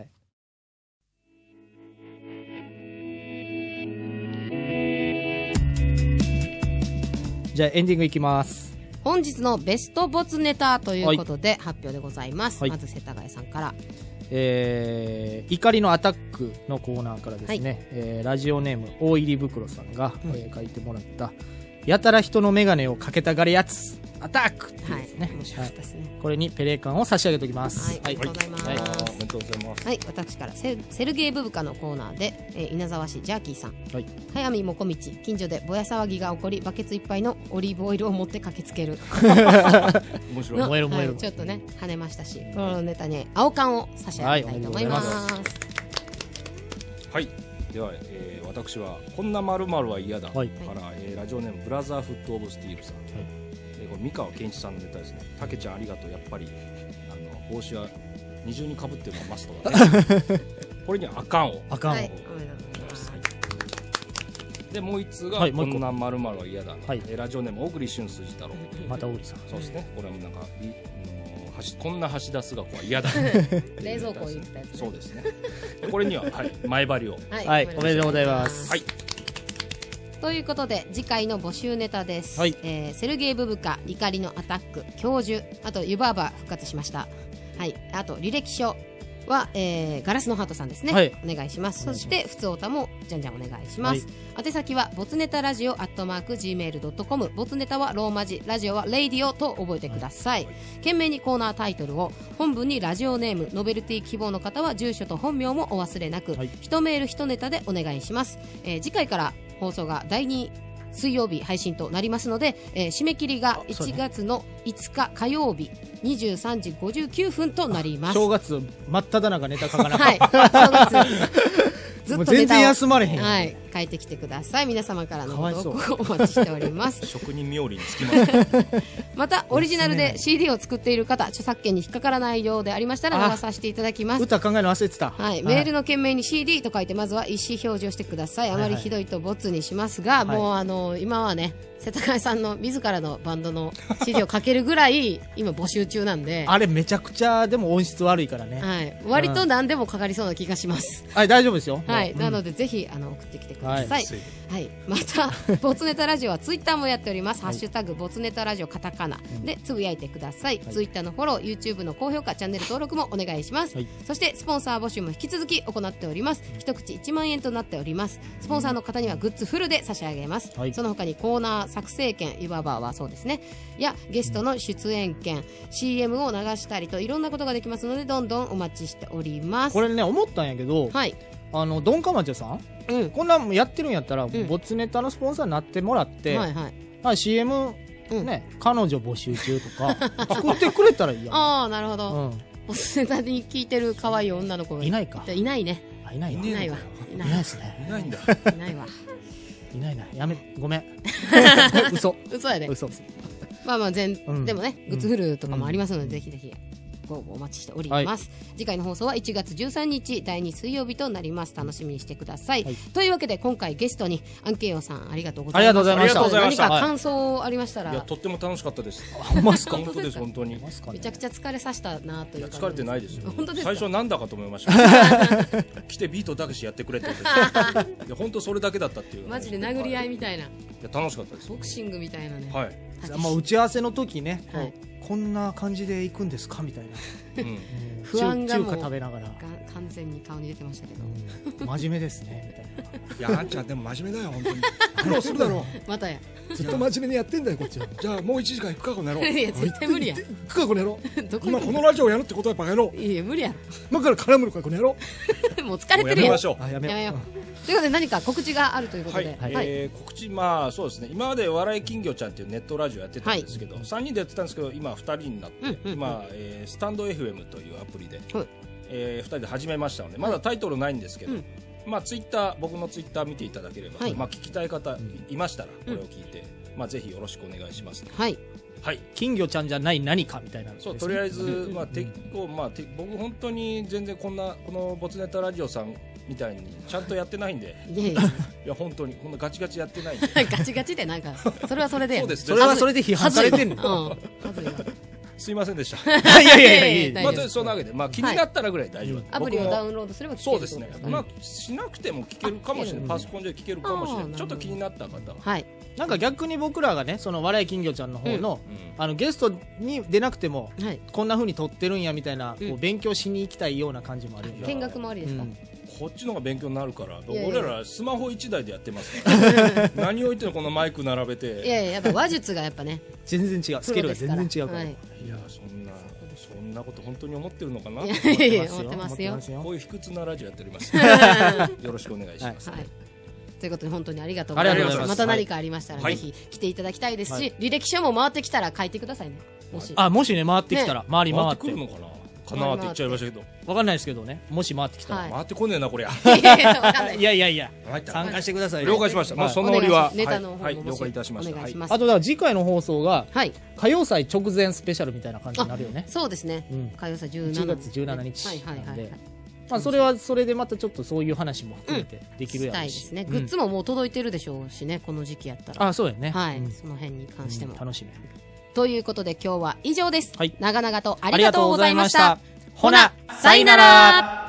じゃあエンディングいきます。 本日のベストボツネタということで発表でございます。 はいまず世田谷さんから。 えー怒りのアタックのコーナーからですね、 はいえーラジオネーム大入り袋さんが、えー書いてもらったやたら人の眼鏡をかけたがるやつアタックっていうはいですね、。 面白かったですね。 これにペレカンを差し上げておきます。 はい。ありがとうございます。 はいあーおめでとうございます。 はい、私からセセルゲイブブカのコーナーで、えー稲沢市ジャーキーさん、 はい早見もこみち近所でぼや騒ぎが起こりバケツいっぱいのオリーブオイルを持って駆けつける面白いの燃える燃えるはいちょっとね跳ねましたしこのネタに青缶を差し上げたいと思います、 はいはい、では、えー私は「こんなまるは嫌だ」 はいから、えーラジオネームブラザーフット・オブ・スティールさん、えーこれ三河健一さんのネタですね。たけちゃんありがとう、やっぱりあの帽子は二重にかぶってるのはマストだねこれにはあかんをあかんを、 はい、おめでとうございます。 でもう一つが、 はいもう一個こんなまるは嫌だ、 はいえーラジオネーム小栗旬筋太郎、 また大木さん。 そうですね、これはもうなんかいあのはしこんな橋田須賀子は嫌だ冷蔵庫を言ったやつねそうですねでこれには、はい、前張りをはい、 はいおめでとうございますはいということで次回の募集ネタです、 はいえーセルゲイブブカ怒りのアタック教授あと湯婆婆復活しましたはいあと履歴書は、えーガラスのハートさんですね、 はいお願いしますお願いしますそして普通オタもじゃんじゃんお願いします、宛先はボツネタラジオアットマーク ジーメールドットコム ボツネタはローマ字ラジオはレイディオと覚えてください、懸命にコーナータイトルを本文にラジオネームノベルティ希望の方は住所と本名もお忘れなく、 はい一メール一ネタでお願いします、えー次回から放送がだいに水曜日配信となりますので、えー締め切りがいちがつのいつか火曜日にじゅうさんじごじゅうきゅうふんとなります。 正月真っ只中ネタ書かなはい、 かった。 正月ずっとネタをもう全然休まれへん。 はい、書いてきてください。皆様からのかわいそうご投稿お待ちしております。 職人冥利につきます。 またオリジナルで シーディー を作っている方、著作権に引っかからないようでありましたらあ流させていただきます。 歌考えるの忘れてた。 はい、メールの件名に シーディー と書いてまずは意思表示をしてください。あまりひどいとボツにしますが、 はいもうあの今はね世田谷さんの自らのバンドの シーディー をかけるぐらい今募集中なんで、 あれめちゃくちゃでも音質悪いからね。 はい、割と何でもかかりそうな気がします。 はい、大丈夫ですよ。 はい、 もうなのでぜひあの送ってきてください。 ははいい、またボツネタラジオはツイッターもやっております。ハッシュタグボツネタラジオカタカナでつぶやいてください。ツイッターのフォロー、YouTube の高評価、チャンネル登録もお願いします。 はいそしてスポンサー募集も引き続き行っております。一口いちまんえんとなっております。スポンサーの方にはグッズフルで差し上げます。 はいその他にコーナー作成権、いわばはそうですね。やゲストの出演権、シーエム を流したりといろんなことができますのでどんどんお待ちしております。 これね、思ったんやけど、 はい、 あの、ドンカマチョさんうん、 こんなんやってるんやったら、 んボツネタのスポンサーになってもらって、 はいはい。 まあ シーエム、 うんね、彼女募集中とか、作ってくれたらいいやん。 ああ、なるほど。 うん。 ボスネタに聞いてる可愛い女の子がいないかいないね。 あ、いないわ。 いないわ。いいなないいですね。 いないんだ。 いないわ。 いないな。やめ、ごめん。嘘。 嘘やで。 嘘。 まあまあ全、 うんでもね、グッズフルとかもありますので、ぜひぜひ。ご応募お待ちしております、 はい次回の放送はいちがつじゅうさんにちだいに水曜日となります。楽しみにしてください、 はいというわけで今回ゲストにアンケイヨさんありがとうございます。 ありがとうございましたありがとうございました何か感想ありましたら、 いや、とっても楽しかったです。 ほんまっすか。 本当です、本当に。いますかねめちゃくちゃ疲れさせたなというや、 感じ疲れてないですよ。 本当ですか。 最初なんだかと思いました。来てビートだけしやってくれって言ってた。いや、本当それだけだったっていう。 マジで殴り合いみたいな、 いや、楽しかったです。 ボクシングみたいなね、 はい。 まあ、打ち合わせの時ね、こうはいこんな感じで行くんですかみたいな。 うん。 うん不安が中もう中華食べながら。 が完全に顔に出てましたけど、 うん真面目ですね。みたいな。 いや、あんちゃんでも真面目だよ、本当に。 苦労するだろまたやう。ずっと真面目にやってんだよ、こっちは。 じゃあ、もういちじかん行くか、この野郎。 いや絶対無理や行くか、この野郎。 どこ今このラジオをやるってことはバカ野郎。 いや無理や今から絡むのか、この野郎。 もう疲れもうやてるやんめましょう。 あ、やめよう。 やめようということで何か告知があるということはい、 で、 えー告知、まあそうですね、今まで笑い金魚ちゃんっていうネットラジオやってたんですけど、さんにんでやってたんですけど、今ふたりになって、 うんうんうん今、えースタンド エフエム というアプリで、 はいえーふたりで始めましたので、まだタイトルないんですけど、 うんまあツイッター、僕のツイッター見ていただければ、 はいまあ聞きたい方いましたら、これを聞いて、まあぜひよろしくお願いします。 はいはい。 金魚ちゃんじゃない何かみたいなのですね。 そうとりあえず、まあ、てこうまあ、て僕、本当に全然こんなこのボツネタラジオさんみたいにちゃんとやってないんで、 いやいやいや本当にこんなガチガチやってないんで、 ガチガチでなんかそれはそれでそうですそれはそれで批判されてんの。 うんはずいわすいませんでした。 いやいやいやいやまあ、 大丈夫とそんなわけで、まあ、気になったらぐらい大丈夫、 アプリをダウンンロードすれば聞けるそうですねってことまあ、しなくても聞けるかもしれない、 あパソコンで聞けるかもしれあーない、ちょっと気になった方は、 はいなんか逆に僕らがね、その笑い金魚ちゃんの方の、 うんあのゲストに出なくても、 はいこんな風に撮ってるんやみたいな、 うんこう勉強しに行きたいような感じもあるよね。 見学もありですか、 うんこっちの方が勉強になるから、 いやいや俺らスマホいちだいでやってますから何を言ってもこのマイク並べて、 いやいややっぱ話術がやっぱね全然違う。スケールが全然違うから。 はいいやそんなそんなこと本当に思ってるのかな。 いやこいやいや思ってますよ思ってういう卑屈なラジオやっております。よろしくお願いします。 はいということで本当にありがとうございますありがとうございますまた何かありましたら、 はいぜひ来ていただきたいですし、 はい履歴書も回ってきたら書いてくださいねもしあ、もしね、回ってきたら、回り回っ回っててくるのかなかなって言っちゃいましたけど、 わかんないですけどね、もし回ってきたら。 はい回ってこねえなこりゃ。 いやいやわかんないいやいやいや、 参った参加してくださいよ。 了解しました。まあはいその折はお願いしネタの方もはい、 もし了解いたしました。 お願いしますあとだから次回の放送がはい歌謡祭直前スペシャルみたいな感じになるよね。 そうですね、 うん火曜祭じゅうなないちがつじゅうしちにちはいはいはい、はいなんで、まあそれはそれでまたちょっとそういう話も含めてできるやろうし。 したいですね、 うんグッズももう届いてるでしょうしねこの時期やったらあ、そうやね。 はい、 うんその辺に関しても、 うん楽しみ。 ということで今日は以上です、 はい長々とあありがとうございましたほな、さいなら。